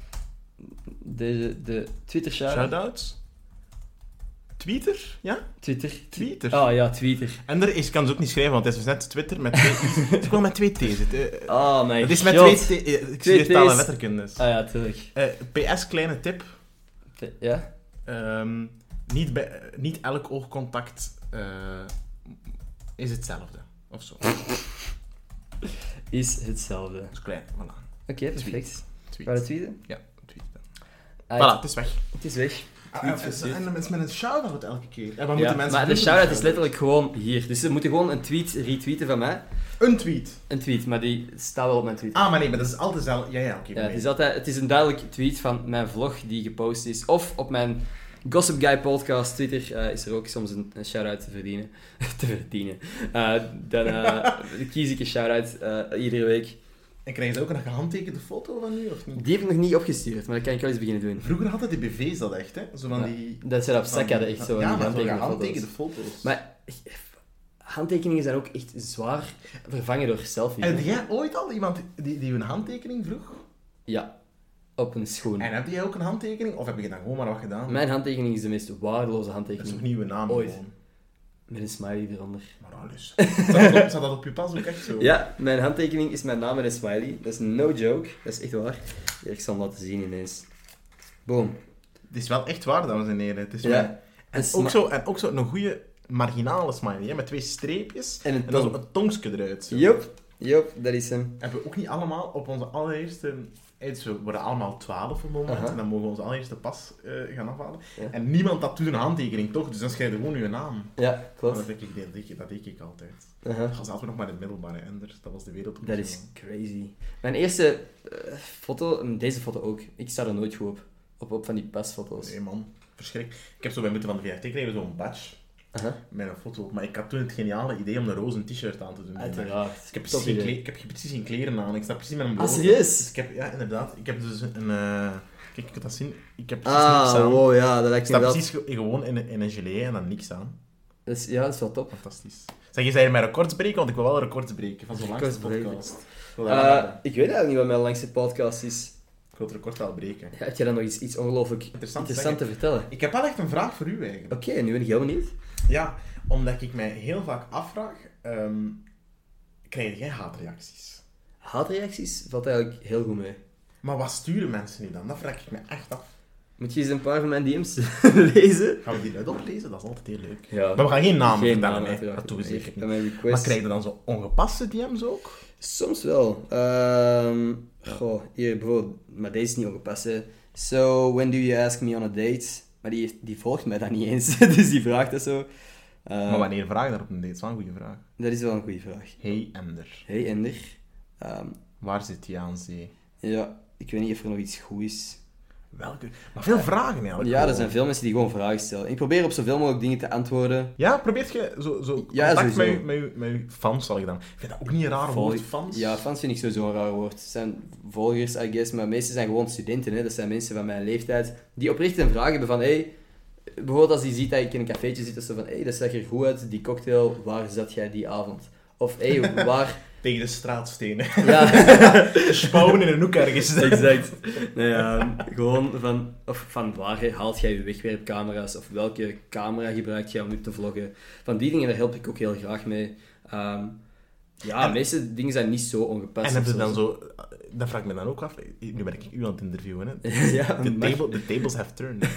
De Twitter shout-out. Twitter? Ja? Twitter. Ah ja, Twitter. En ik kan ze ook niet schrijven, want het is dus net Twitter met twee I's. Het is gewoon met twee T's. Het is met twee T's. Ik zie hier taal en letterkundes. Ah ja, tuurlijk. PS, kleine tip. Ja? Niet elk oogcontact is hetzelfde. Of zo. Is hetzelfde. Dat is klein, voilà. Oké, perfect. Tweet. Gaan we tweeten? Ja, tweet dan. Voilà, het is weg. Het is weg. En dan met een shout-out elke keer. Maar de shout-out is letterlijk gewoon hier. Dus ze moeten gewoon een tweet retweeten van mij. Een tweet, maar die staat wel op mijn tweet. Maar nee, maar dat is altijd zelf... Ja, oké. Het is een duidelijk tweet van mijn vlog die gepost is. Of op mijn Gossip Guy podcast Twitter is er ook soms een shout-out te verdienen. Dan kies ik een shout-out iedere week. En krijg je ook een gehandtekende foto van nu, of niet? Die heb ik nog niet opgestuurd, maar dat kan ik wel eens beginnen doen. Vroeger hadden die BV's dat echt, hè? Zo van die... Dat ze dat op zak hadden, echt zo. Ja, maar zo gehandtekende foto's. Maar handtekeningen zijn ook echt zwaar vervangen door selfies. Heb jij ooit al iemand die een handtekening vroeg? Ja, op een schoen. En heb jij ook een handtekening? Of heb je dan gewoon maar wat gedaan? Mijn handtekening is de meest waardeloze handtekening. Dat is toch nieuwe naam ooit. Gewoon. Met een smiley eronder. Maar alles. Staat dat op je pas ook echt zo? Ja, mijn handtekening is mijn naam met een smiley. Dat is no joke. Dat is echt waar. Ja, ik zal hem laten zien ineens. Boom. Het is wel echt waar, dames en heren. Het is ja. En ook zo een goede marginale smiley, hè, met twee streepjes. En dan zo een tongske eruit. Zo. Yup, dat is hem. Hebben we ook niet allemaal op onze allereerste... We worden allemaal 12 op het moment. En dan mogen we onze allereerste pas gaan afhalen. Ja. En niemand dat doet een handtekening, toch? Dus dan schrijf je gewoon je naam. Ja, klopt. Dat deed ik altijd. Dat zaten we nog maar in het middelbare Enders. Dat was de wereld. Dat is crazy. Mijn eerste foto, deze foto ook. Ik sta er nooit goed op van die pasfoto's. Nee man, verschrikkelijk. Ik heb zo bij moeten van de VRT kregen zo'n badge. Met een foto op. Maar ik had toen het geniale idee om een roze t-shirt aan te doen. Uiteraard. Ik heb precies geen kleren aan. Ik sta precies met een blote. Serieus? Dus ja, inderdaad. Ik heb dus een... Kijk, je kunt dat zien. Ik heb precies niks aan. Wow, ja, dat lijkt me wel... Ik sta precies gewoon in een gelé en dan niks aan. Dat is wel top. Fantastisch. Zeg, je zei mijn records breken, want ik wil wel records breken van zo'n langste podcast. Ik weet eigenlijk niet wat mijn langste podcast is. Ik wil het record wel breken. Ja, heb jij dan nog iets ongelooflijk interessant te vertellen? Ik heb wel echt een vraag voor u eigenlijk. Oké, nu ben ik heel benieuwd. Ja, omdat ik mij heel vaak afvraag, krijg jij haatreacties? Haatreacties valt eigenlijk heel goed mee. Maar wat sturen mensen nu dan? Dat vraag ik me echt af. Moet je eens een paar van mijn DM's lezen? Gaan we die luid oplezen? Dat is altijd heel leuk. Ja. Maar we gaan geen namen vertellen. Dat doen we zeker niet. Maar krijg je dan zo ongepaste DM's ook? Soms wel. Hier bijvoorbeeld, maar deze is niet ongepast. Hè. So, when do you ask me on a date? Maar die volgt mij dan niet eens, dus die vraagt dat zo. Maar wanneer vraag je daar op een date? Dat is wel een goede vraag. Dat is wel een goede vraag. Hey Ender. Hey Ender. Waar zit je aan zee? Ja, ik weet niet of er nog iets goed is. Welke? Maar veel vragen eigenlijk. Ja, er zijn veel mensen die gewoon vragen stellen. Ik probeer op zoveel mogelijk dingen te antwoorden. Ja, probeert je zo contact met je fans, zal ik dan? Ik vind dat ook niet een raar woord, fans. Ja, fans vind ik sowieso een raar woord. Het zijn volgers, I guess, maar meestal zijn gewoon studenten. Hè. Dat zijn mensen van mijn leeftijd die oprecht een vraag hebben van bijvoorbeeld als die ziet dat ik in een cafeetje zit, dat ze van dat zag er goed uit, die cocktail, waar zat jij die avond? Of waar... tegen de straatstenen. Ja. Spouwen in een hoek ergens. Exact. Nou ja, gewoon van waar haalt jij je wegwerpcamera's of welke camera gebruik jij om je te vloggen. Van die dingen, daar help ik ook heel graag mee. De meeste dingen zijn niet zo ongepast. En heb je dan zo... Dat vraag ik me dan ook af. Nu ben ik u aan het interviewen, hè. Ja, the tables have turned.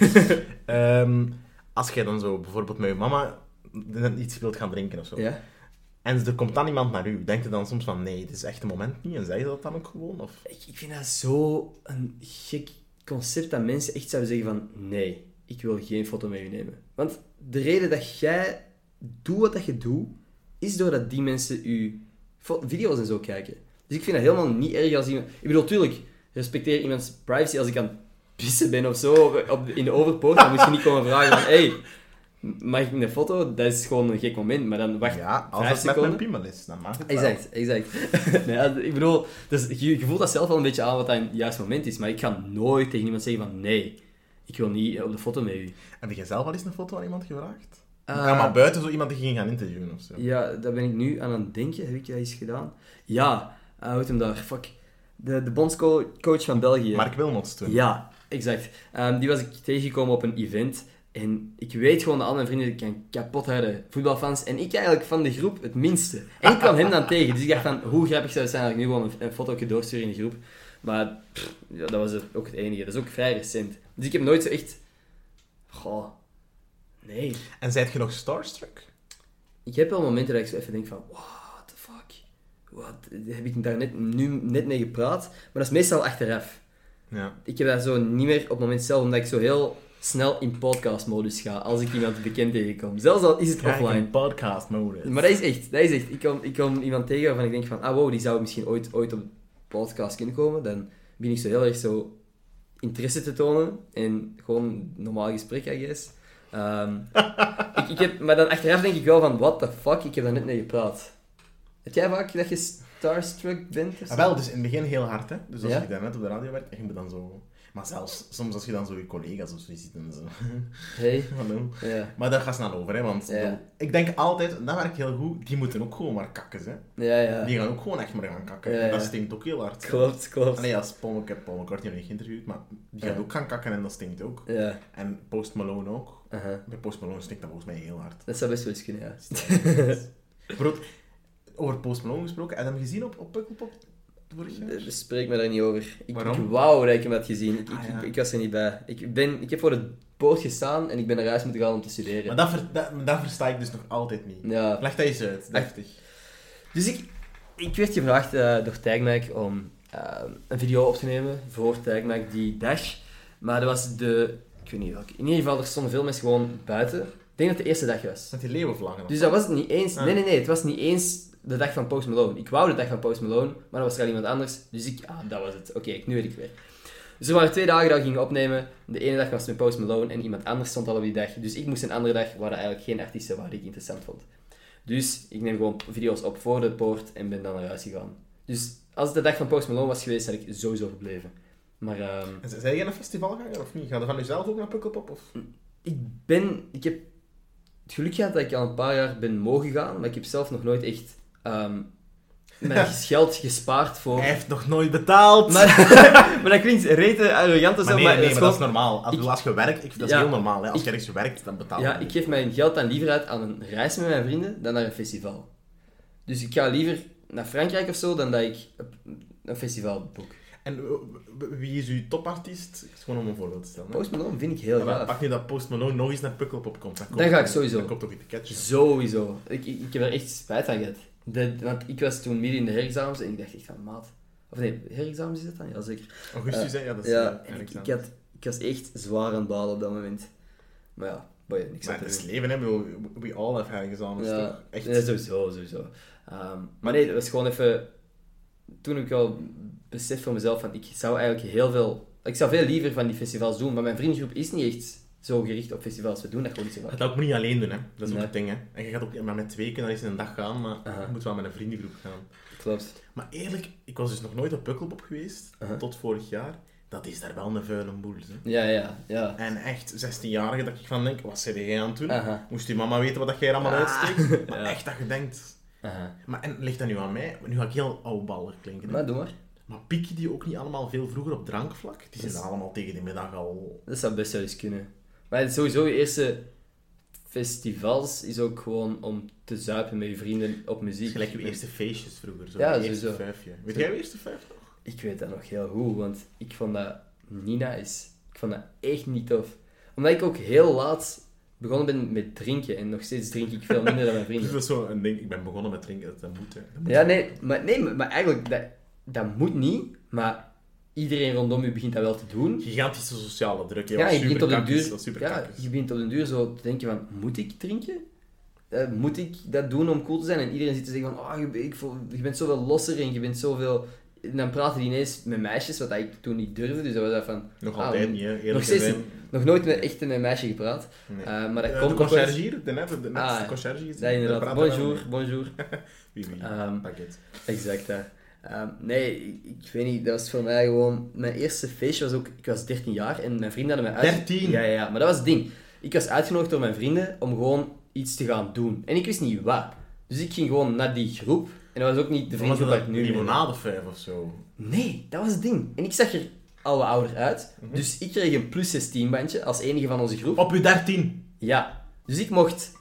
Als jij dan zo bijvoorbeeld met je mama iets wilt gaan drinken of zo. Ja. En er komt dan iemand naar u. Denkt je dan soms van, nee, dit is echt een moment niet? En zeg je dat dan ook gewoon? Of? Ik vind dat zo een gek concept dat mensen echt zouden zeggen van nee, ik wil geen foto met u nemen. Want de reden dat jij doet wat dat je doet, is doordat die mensen je video's en zo kijken. Dus ik vind dat helemaal niet erg als iemand... Ik bedoel, natuurlijk, respecteer iemands privacy als ik aan het pissen ben of zo in de overpoort. Dan moet je niet komen vragen van hey, mag ik een foto? Dat is gewoon een gek moment, maar dan wacht 5 Ja, als het met mijn piemel is, dan mag het wel. Exact. Nee, ik bedoel, dus je voelt dat zelf wel een beetje aan wat dat een juist moment is, maar ik ga nooit tegen iemand zeggen van nee, ik wil niet op de foto met u. Heb jij zelf al eens een foto aan iemand gevraagd? Maar buiten zo iemand die ging gaan interviewen of zo. Ja, daar ben ik nu aan het denken. Heb ik dat eens gedaan? Ja, hoe heet hem daar? Fuck. De bondscoach van België. Mark Wilmots toen. Ja, exact. Die was ik tegengekomen op een event. En ik weet gewoon dat al mijn vrienden kan kapot harde voetbalfans. En ik eigenlijk van de groep het minste. En ik kwam hem dan tegen. Dus ik dacht van, hoe grappig zou het zijn dat ik nu gewoon een fotootje doorstuur in de groep. Maar ja, dat was ook het enige. Dat is ook vrij recent. Dus ik heb nooit zo echt... Goh, nee. En zijt je nog starstruck? Ik heb wel momenten dat ik zo even denk van, what the fuck? Wat heb ik daar net mee gepraat? Maar dat is meestal achteraf. Ja. Ik heb dat zo niet meer op het moment zelf, omdat ik zo heel snel in podcastmodus ga als ik iemand bekend tegenkom. Zelfs al is het offline. In podcastmodus. Maar dat is echt. Ik kom iemand tegen waarvan ik denk van, ah wow, die zou misschien ooit op de podcast kunnen komen. Dan ben ik zo heel erg zo interesse te tonen en gewoon een normaal gesprek, I guess. Maar dan achteraf denk ik wel van, what the fuck, ik heb daar net mee gepraat. Heb jij vaak dat je starstruck bent? Wel, dus in het begin heel hard, hè. Dus als Ja? je daar net op de radio werkt, en je moet dan zo... Maar zelfs, soms als je dan zo je collega's of zo ziet en zo... Hey. Hallo. Ja. Maar daar gaat snel over, hè. Want ik denk altijd, en dat werkt heel goed, die moeten ook gewoon maar kakken, hè. Ja. Die gaan ook gewoon echt maar gaan kakken. Ja. En dat stinkt ook heel hard. Klopt. Nee, als Paul McCartney nog niet geïnterviewd, maar die gaat ook gaan kakken en dat stinkt ook. Ja. En Post Malone ook. Uh-huh. Bij Post Malone stinkt dat volgens mij heel hard. Dat zou best wel eens kunnen, ja. Bijvoorbeeld, over Post Malone gesproken, heb je hem gezien op Pukkelpop vorig jaar? Spreek me daar niet over. Waarom? Ik wou dat ik hem had gezien. Ja. Ik was er niet bij. Ik heb voor de poort gestaan en ik ben naar huis moeten gaan om te studeren. Maar dat versta ik dus nog altijd niet. Ja. Leg dat eens uit, deftig. Dus ik werd gevraagd door Tagmac om een video op te nemen voor Tagmac die Dash. Maar dat was ik weet niet welke. In ieder geval, er stonden veel mensen gewoon buiten. Ik denk dat het de eerste dag was. Met die leeuwenvlaggen. Dus dat was het niet eens... Ah. Nee, het was niet eens de dag van Post Malone. Ik wou de dag van Post Malone, maar dat was er al iemand anders. Dus dat was het. Oké, nu weet ik het weer. Dus er waren 2 dagen dat we gingen opnemen. De ene dag was met Post Malone en iemand anders stond al op die dag. Dus ik moest een andere dag, waar er eigenlijk geen artiesten waren die ik interessant vond. Dus ik neem gewoon video's op voor de poort en ben dan naar huis gegaan. Dus als het de dag van Post Malone was geweest, had ik sowieso gebleven. Maar... Zijn jij een festivalganger of niet? Ga je van jezelf ook naar Pukkelpop? Of? Ik heb het geluk gehad dat ik al een paar jaar ben mogen gaan, maar ik heb zelf nog nooit echt mijn geld gespaard voor... Hij heeft nog nooit betaald! Maar dat klinkt rete arrogant of zo, maar dat is gewoon... normaal. Als je werkt, dat is heel normaal. Hè? Als je ergens werkt, dan betaal je. Ja, ik geef mijn geld dan liever uit aan een reis met mijn vrienden dan naar een festival. Dus ik ga liever naar Frankrijk of zo dan dat ik een festival boek. En wie is uw topartiest? Gewoon om een voorbeeld te stellen. Hè? Post Malone vind ik heel gaaf. Pak nu dat Post Malone nog eens naar Pukkelpop komt. Dan ga ik sowieso. Dan komt ook een ticketje. Sowieso. Ik heb er echt spijt van gehad. Want ik was toen midden in de herexamens en ik dacht echt van, maat... Of nee, herexamens is het dan? Ja, zeker. Augustus, hè? Ja, dat is en ik was echt zwaar aan het balen op dat moment. Maar ja, boy, niks aan maar te het is doen. leven, hè? We all have herexamens, toch? Echt. Ja, sowieso. Maar nee, dat was gewoon even... Toen heb ik wel besef voor mezelf van, ik zou eigenlijk heel veel... Ik zou veel liever van die festivals doen, maar mijn vriendengroep is niet echt zo gericht op festivals. We doen dat gewoon niet zo vaak. Dat ook niet alleen doen, hè. Dat is ook Nee. het ding, hè. En je gaat ook maar met 2 kunnen eens in een dag gaan, maar je moet wel met een vriendengroep gaan. Klopt. Maar eerlijk, ik was dus nog nooit op Pukkelpop geweest, tot vorig jaar. Dat is daar wel een vuile boel, hè. Ja. En echt, 16-jarige, dat ik van denk, wat zit jij aan het doen? Aha. Moest je mama weten wat dat jij er allemaal uitsteekt? Maar Ja. echt dat je denkt... Maar en ligt dat nu aan mij? Nu ga ik heel oudballig klinken. Hè? Maar doe maar. Maar pieken die ook niet allemaal veel vroeger op drankvlak? Die zijn allemaal tegen de middag al... Dat zou best wel eens kunnen. Maar sowieso, je eerste festivals is ook gewoon om te zuipen met je vrienden op muziek. Gelijk je eerste feestjes vroeger. Zo Ja, je eerste sowieso. vijfje. Weet jij je eerste vijf nog? Ik weet dat nog heel goed, want ik vond dat niet nice. Ik vond dat echt niet tof. Omdat ik ook heel laat begonnen ben met drinken. En nog steeds drink ik veel minder dan mijn vrienden. Dat is zo een ding. Ik ben begonnen met drinken. Dat moet, hè. Dat moet. Ja, maar eigenlijk, dat moet niet. Maar iedereen rondom je begint dat wel te doen. Gigantische sociale druk. Hè. Ja, je begint, Super je begint op den duur zo te denken van, moet ik drinken? Moet ik dat doen om cool te zijn? En iedereen zit te zeggen van, je bent zoveel losser en je bent zoveel... En dan praten die ineens met meisjes, wat ik toen niet durfde. Dus dat was dat van... Nog altijd niet, hè. Nog steeds nog nooit echt met een meisje gepraat. Nee. Maar dat de komt conciërge hier, de conciërge is... Ja, inderdaad. Bonjour. Wie, pakket. Exact, dat. Nee, ik weet niet, dat was voor mij gewoon... Mijn eerste feestje was ook... Ik was 13 jaar en mijn vrienden hadden mij 13? Ja, maar dat was het ding. Ik was uitgenodigd door mijn vrienden om gewoon iets te gaan doen. En ik wist niet wat. Dus ik ging gewoon naar die groep. En dat was ook niet de vriendgroep waar ik nu... Limonadevijf of zo? Nee, dat was het ding. En ik zag er al wat ouder uit. Dus ik kreeg een plus 16 bandje als enige van onze groep. Op je 13? Ja. Dus ik mocht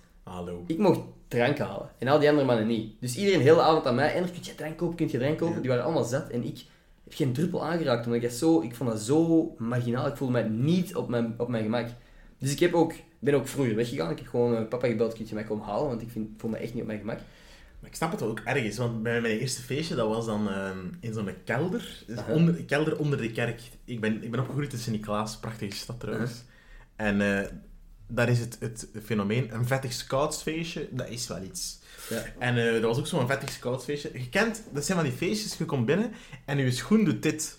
drank halen. En al die andere mannen niet. Dus iedereen heel de avond aan mij. En kun je drank kopen, Die waren allemaal zat. En ik heb geen druppel aangeraakt. Omdat ik vond dat zo marginaal. Ik voelde mij niet op mijn gemak. Dus ik ben ook vroeger weggegaan. Ik heb gewoon mijn papa gebeld, kun je mij komen halen? Want ik voel me echt niet op mijn gemak. Maar ik snap het wel ook ergens, want bij mijn eerste feestje, dat was dan in zo'n kelder. Dus kelder onder de kerk. Ik ben opgegroeid in Sint-Niklaas, prachtige stad trouwens. En daar is het fenomeen, een vettig scoutsfeestje, dat is wel iets. Ja. En dat was ook zo'n vettig scoutsfeestje. Je kent, dat zijn van die feestjes, je komt binnen en je schoen doet dit.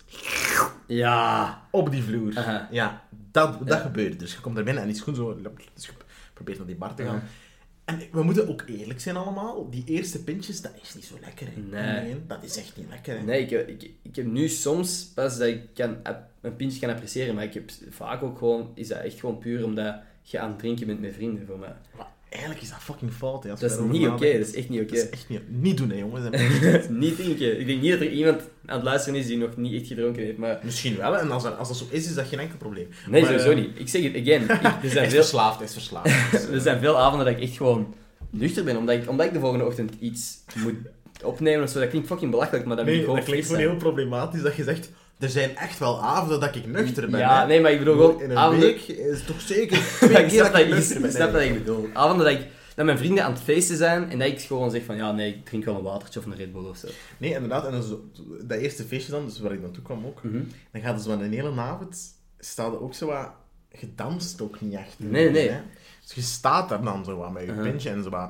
Ja. Op die vloer. Ja, dat gebeurt. Dus je komt er binnen en die schoen zo... Dus je probeert naar die bar te gaan. En we moeten ook eerlijk zijn allemaal. Die eerste pintjes, dat is niet zo lekker. Hè. Nee, dat is echt niet lekker. Hè. Nee, ik heb nu soms pas dat ik een pintje kan appreciëren. Maar ik heb vaak ook gewoon... Is dat echt gewoon puur omdat je aan het drinken bent met vrienden, voor mij. Maar eigenlijk is dat fucking fout. Hè, dat is niet oké. Dat is echt niet oké. Dat is echt niet doen, hè, jongens. Niet drinken. Ik denk niet dat er iemand aan het luisteren is die nog niet echt gedronken heeft. Maar... Misschien wel. En als dat zo is dat geen enkel probleem. Nee, maar, sowieso niet. Ik zeg het again. Hij is verslaafd. Er zijn veel avonden dat ik echt gewoon nuchter ben. Omdat ik de volgende ochtend iets moet opnemen of zo. Dat klinkt fucking belachelijk, maar dat ben ik gewoon dat klinkt gewoon heel problematisch dat je zegt... Er zijn echt wel avonden dat ik nuchter ben. Ja, hè. nee, maar ik bedoel gewoon... In een week is toch zeker 2 keer dat ik nuchter ben. Ik snap wat ik bedoel. Avonden dat mijn vrienden aan het feesten zijn en dat ik gewoon zeg van ja, nee, ik drink wel een watertje of een Red Bull of zo. Nee, inderdaad. En dat eerste feestje dan, dus waar ik naartoe kwam ook, dan gaat het zo aan een hele avond, staat er ook zo wat... Je danst ook niet echt. Nee. Hè? Dus je staat daar dan zo wat met je pintje en zo wat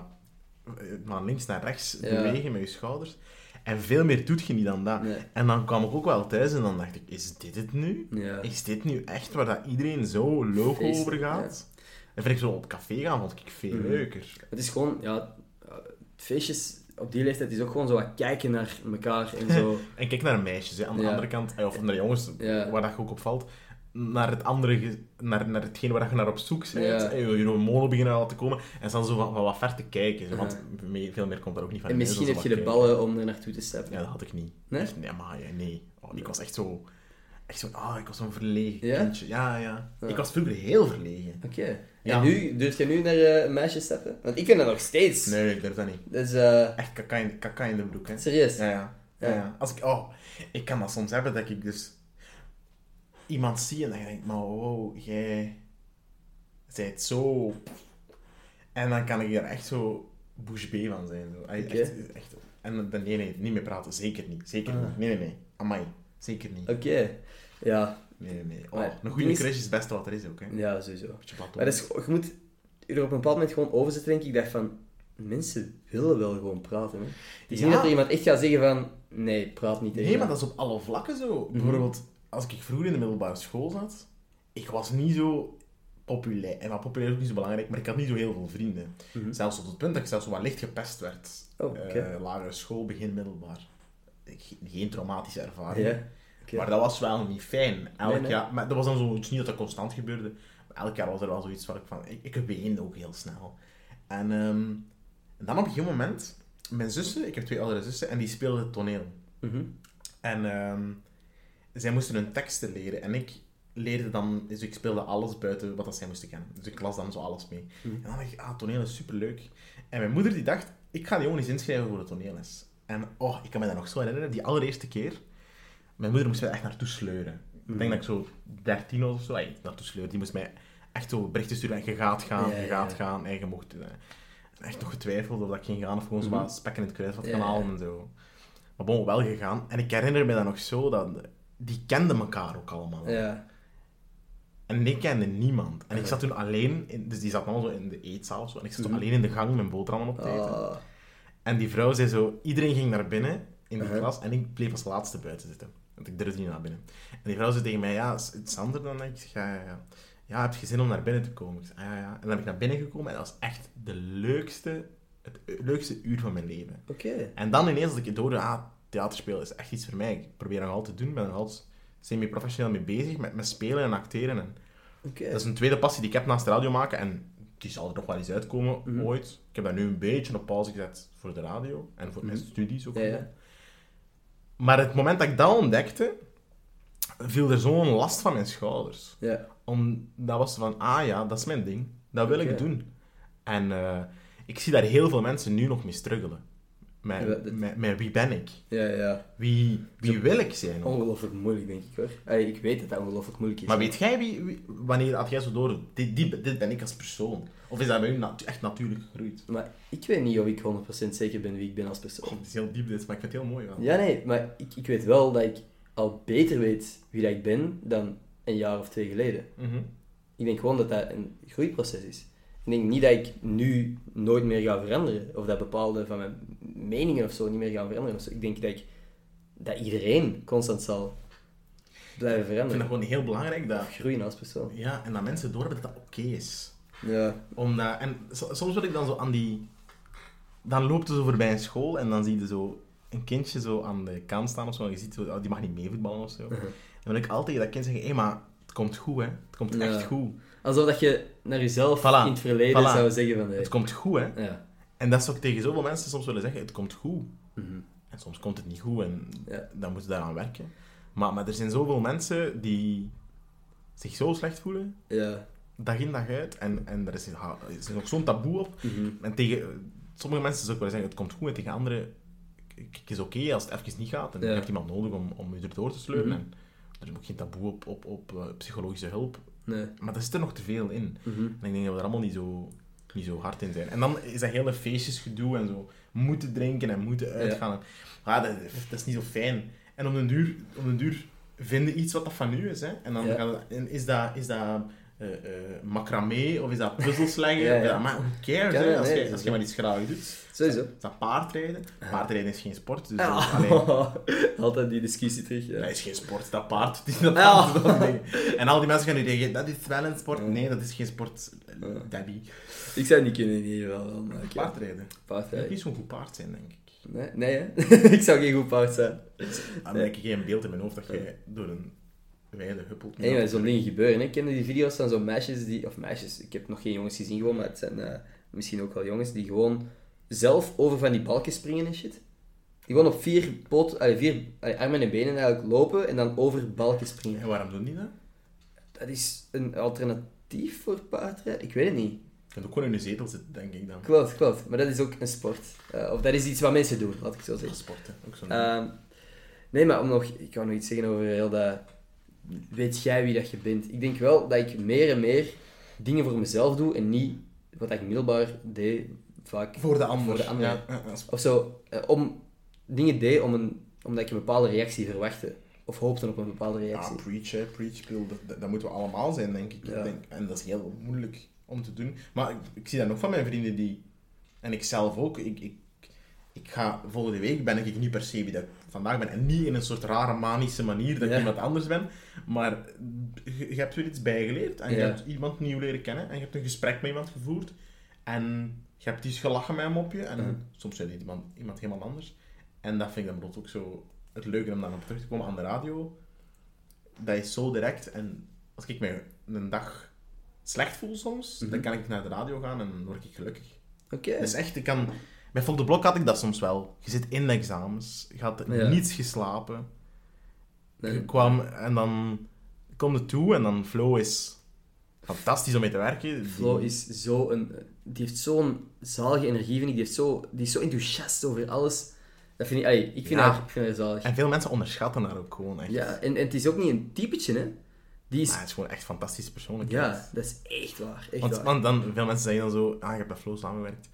van links naar rechts bewegen met je schouders. En veel meer doet je niet dan dat. Nee. En dan kwam ik ook wel thuis en dan dacht ik, is dit het nu? Ja. Is dit nu echt waar dat iedereen zo loco over gaat? Ja. En vind ik zo op café gaan, vond ik veel leuker. Het is gewoon, feestjes op die leeftijd is ook gewoon zo wat kijken naar elkaar en zo. En kijk naar meisjes, hè, aan de andere kant, of naar jongens, waar dat je ook op valt. Naar het andere, naar hetgeen waar je naar op zoek bent. En je molen beginnen al te komen. En dan zo van wat ver te kijken. Zo, want veel meer komt daar ook niet van. En misschien heb je de ballen om er naartoe te stappen. Ja, dat had ik niet. Nee? Echt, nee. Oh, ik was echt zo... ik was zo'n verlegen kindje. Ja. Ik was vroeger heel verlegen. Oké. Ja. En nu, durf je nu naar een meisje stappen? Want ik vind dat nog steeds. Nee, ik durf dat niet. Dus, echt kaka in de broek, hè. Serieus? Ja. Als ik kan dat soms hebben, dat ik dus... iemand zie en dan denk ik, maar wow, jij bent zo... En dan kan ik er echt zo bouche bée van zijn. Zo. Echt. En dan, nee, niet meer praten. Zeker niet. Nee. Amai. Zeker niet. Oké. Ja. Nee. Een goede crash is het beste wat er is ook, hè. Ja, sowieso. Maar dus, je moet je er op een bepaald moment gewoon over zetten, denk ik. Ik dacht van, mensen willen wel gewoon praten, hè. Het is niet dat er iemand echt gaat zeggen van, nee, praat niet tegen. Nee, maar dat is op alle vlakken zo. Bijvoorbeeld, als ik vroeger in de middelbare school zat, ik was niet zo populair. En wat populair is ook niet zo belangrijk, maar ik had niet zo heel veel vrienden. Zelfs tot het punt dat ik zelfs zo wat licht gepest werd. Lagere school, begin middelbaar. Geen traumatische ervaring. Yeah. Maar dat was wel niet fijn. Elk jaar, maar dat was dan zoiets niet dat constant gebeurde. Maar elk jaar was er wel zoiets waar ik van... Ik weende ook heel snel. En dan op een gegeven moment mijn zussen, ik heb 2 oudere zussen, en die speelden toneel. En zij moesten hun teksten leren. En ik leerde dan... Dus ik speelde alles buiten wat dat zij moesten kennen. Dus ik las dan zo alles mee. En dan dacht ik, toneel is superleuk. En mijn moeder die dacht, ik ga die gewoon eens inschrijven voor de toneelles. En ik kan me dat nog zo herinneren, die allereerste keer. Mijn moeder moest mij echt naartoe sleuren. Ik denk dat ik zo 13 was of zo. Naartoe sleuren. Die moest mij echt zo berichten sturen. En je gaat gaan. En je mocht... echt nog getwijfeld of ik ging gaan of gewoon zo wat spekken in het kruis had gaan halen en zo. Maar bon, wel gegaan. En ik herinner me dat nog zo, dat die kenden elkaar ook allemaal. Ja. En ik kende niemand. En ik zat toen alleen, dus die zat allemaal zo in de eetzaal of zo, en ik zat zo alleen in de gang mijn boterhammen op te eten. En die vrouw zei zo, iedereen ging naar binnen in die klas en ik bleef als laatste buiten zitten. Want ik durfde niet naar binnen. En die vrouw zei tegen mij, ja, Sander dan? Ik zeg, ja, heb je zin om naar binnen te komen? Ik zeg, ja. En dan ben ik naar binnen gekomen en dat was echt het leukste uur van mijn leven. Okay. En dan ineens, als ik het hoorde, theaterspelen is echt iets voor mij. Ik probeer nog altijd te doen, ben nog altijd semi-professioneel mee bezig, met spelen en acteren. En dat is een tweede passie die ik heb naast radio maken, en die zal er nog wel eens uitkomen, ooit. Ik heb dat nu een beetje op pauze gezet voor de radio, en voor mijn studies ook. Ja. Maar het moment dat ik dat ontdekte, viel er zo'n last van mijn schouders. Ja. Dat was van, dat is mijn ding. Dat wil ik doen. En ik zie daar heel veel mensen nu nog mee struggelen. Met wie ben ik? Ja. Wie wil ik zijn? Ongelooflijk moeilijk, denk ik, hoor. Ik weet dat dat ongelooflijk moeilijk is. Maar weet jij wanneer had jij zo door, dit ben ik als persoon? Of is dat bij u echt natuurlijk gegroeid? Maar ik weet niet of ik 100% zeker ben wie ik ben als persoon. Het is heel diep dit, maar ik vind het heel mooi. Ja, nee, maar ik weet wel dat ik al beter weet wie dat ik ben dan een jaar of 2 geleden. Ik denk gewoon dat dat een groeiproces is. Ik denk niet dat ik nu nooit meer ga veranderen, of dat bepaalde van mijn meningen of zo niet meer gaan veranderen. Of zo. Ik denk dat iedereen constant zal blijven veranderen. Ik vind dat gewoon heel belangrijk dat... Groeien als persoon. Ja, en dat mensen doorhebben dat dat oké is. Ja. En soms word ik dan zo aan die... Dan loopt ze zo voorbij een school en dan zie je zo een kindje zo aan de kant staan of zo. En je ziet zo, die mag niet meevoetballen of zo. Dan wil ik altijd dat kind zeggen, maar het komt goed, hè. Het komt echt goed. Alsof dat je naar jezelf in het verleden zou zeggen van... Het komt goed, hè. Ja. En dat is ook tegen zoveel mensen soms willen zeggen, het komt goed. En soms komt het niet goed en dan moeten ze daaraan werken. Maar er zijn zoveel mensen die zich zo slecht voelen, dag in dag uit. En er is nog zo'n taboe op. En tegen sommige mensen zou ik willen zeggen, het komt goed. En tegen anderen, het is oké als het even niet gaat. En je hebt iemand nodig om je erdoor te sleuren. En er is ook geen taboe op psychologische hulp. Nee. Maar daar zit er nog te veel in. En ik denk dat we er allemaal niet zo hard in zijn. En dan is dat hele feestjesgedoe en zo. Moeten drinken en moeten uitgaan. Dat is niet zo fijn. En om den duur vinden iets wat dat van u is. Hè. En dan is dat macramé of is dat puzzels leggen? Maar who cares, als je maar iets graag doet. Sowieso. Is dat paardrijden? Paardrijden is geen sport. Dus altijd die discussie terug. Ja. Dat is geen sport, dat paard. En al die mensen gaan nu zeggen, dat is wel een sport. Nee, dat is geen sport, Debbie. Ik zou het niet kunnen in ieder geval. Paardrijden. Je moet niet zo'n goed paard zijn, denk ik. Nee hè? Ik zou geen goed paard zijn. Dan heb ik geen beeld in mijn hoofd dat je door een weide huppelt. Nee, zo'n dingen gebeuren. Hè. Ik ken die video's van zo'n meisjes of meisjes, ik heb nog geen jongens gezien gewoon, maar het zijn misschien ook wel jongens die gewoon zelf over van die balken springen en shit. Die gewoon op 4 armen en benen eigenlijk lopen en dan over balken springen. En waarom doen die dat? Dat is een alternatief voor paardrijden? Ik weet het niet. Je kunt ook gewoon in een zetel zitten, denk ik dan. Klopt. Maar dat is ook een sport. Of dat is iets wat mensen doen, laat ik zo zeggen. Sport, hè. Ook zo'n nee, maar ik wou nog iets zeggen over heel dat... Weet jij wie dat je bent? Ik denk wel dat ik meer en meer dingen voor mezelf doe en niet wat ik middelbaar deed, vaak... Voor de ander. Ja. Of zo, dingen deed omdat ik een bepaalde reactie verwachtte. Of hoopte op een bepaalde reactie. Ja, preach. Dat moeten we allemaal zijn, denk ik. Ja. En dat is heel moeilijk om te doen. Maar ik zie dat nog van mijn vrienden die... En ik zelf ook. Ik ga... Volgende week ben ik niet per se wie dat ik vandaag ben. En niet in een soort rare manische manier dat ik iemand anders ben. Maar je hebt weer iets bijgeleerd. En je hebt iemand nieuw leren kennen. En je hebt een gesprek met iemand gevoerd. En je hebt iets gelachen met hem op je. En soms zei iemand helemaal anders. En dat vind ik dan ook zo... Het leuke om dan op terug te komen aan de radio. Dat is zo direct. En als ik me een dag slecht voel soms, dan kan ik naar de radio gaan en dan word ik gelukkig. Oké. Dus echt, ik kan... Bij Fok de Blok had ik dat soms wel. Je zit in de examens, je had niets geslapen. Je kwam en dan kom je toe en dan Flo is fantastisch om mee te werken. Flo is die heeft zo'n zalige energie, vind ik. Die is zo enthousiast over alles. Dat vind ik vind haar zalig. En veel mensen onderschatten haar ook gewoon, echt. Ja, en het is ook niet een typetje, hè. Maar het is gewoon echt een fantastische persoonlijkheid. Ja, dat is echt waar. Want dan, veel mensen zeggen dan zo, je hebt met Flo samengewerkt.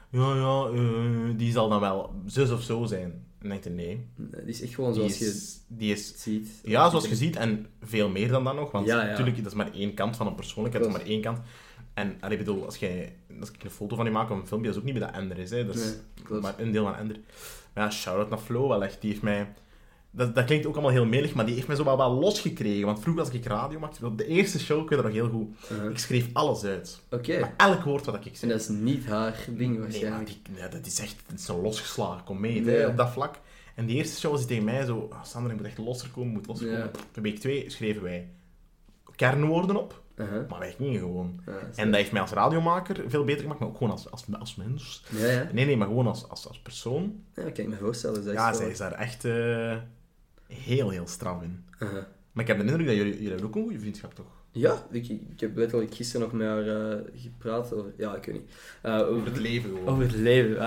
Die zal dan wel zus of zo zijn. En dan denk je, nee. Die is echt gewoon zoals die is ziet. Ja, zoals je ziet. En veel meer dan dat nog. Want natuurlijk, dat is maar één kant van een persoonlijkheid. Dat is maar één kant. En ik bedoel, als ik een foto van je maak of een filmpje, dat is ook niet bij dat Ender is. Hè. Dat is maar een deel van Ender. Maar ja, shout-out naar Flo wel echt. Die heeft mij... Dat klinkt ook allemaal heel melig, maar die heeft mij zo wel losgekregen. Want vroeger, als ik radio maakte, op de eerste show, ik weet dat nog heel goed, ik schreef alles uit. Oké. Elk woord wat ik zei. En dat is niet haar ding waarschijnlijk. Nee, dat is echt zo losgeslagen. Kom mee, op dat vlak. En die eerste show was hij tegen mij zo... Sander, je moet echt losser komen, Bij week 2 schreven wij kernwoorden op, maar wij gingen gewoon. En dat heeft mij als radiomaker veel beter gemaakt, maar ook gewoon als mens. Ja. Nee, maar gewoon als persoon. Ja, dat kan ik me voorstellen. Zij is daar echt... heel, heel straf in. Maar ik heb de indruk dat jullie hebben ook een goede vriendschap, toch? Ja, ik heb letterlijk gisteren nog met haar gepraat over... Ja, ik weet niet. Over het leven gewoon. Over het leven.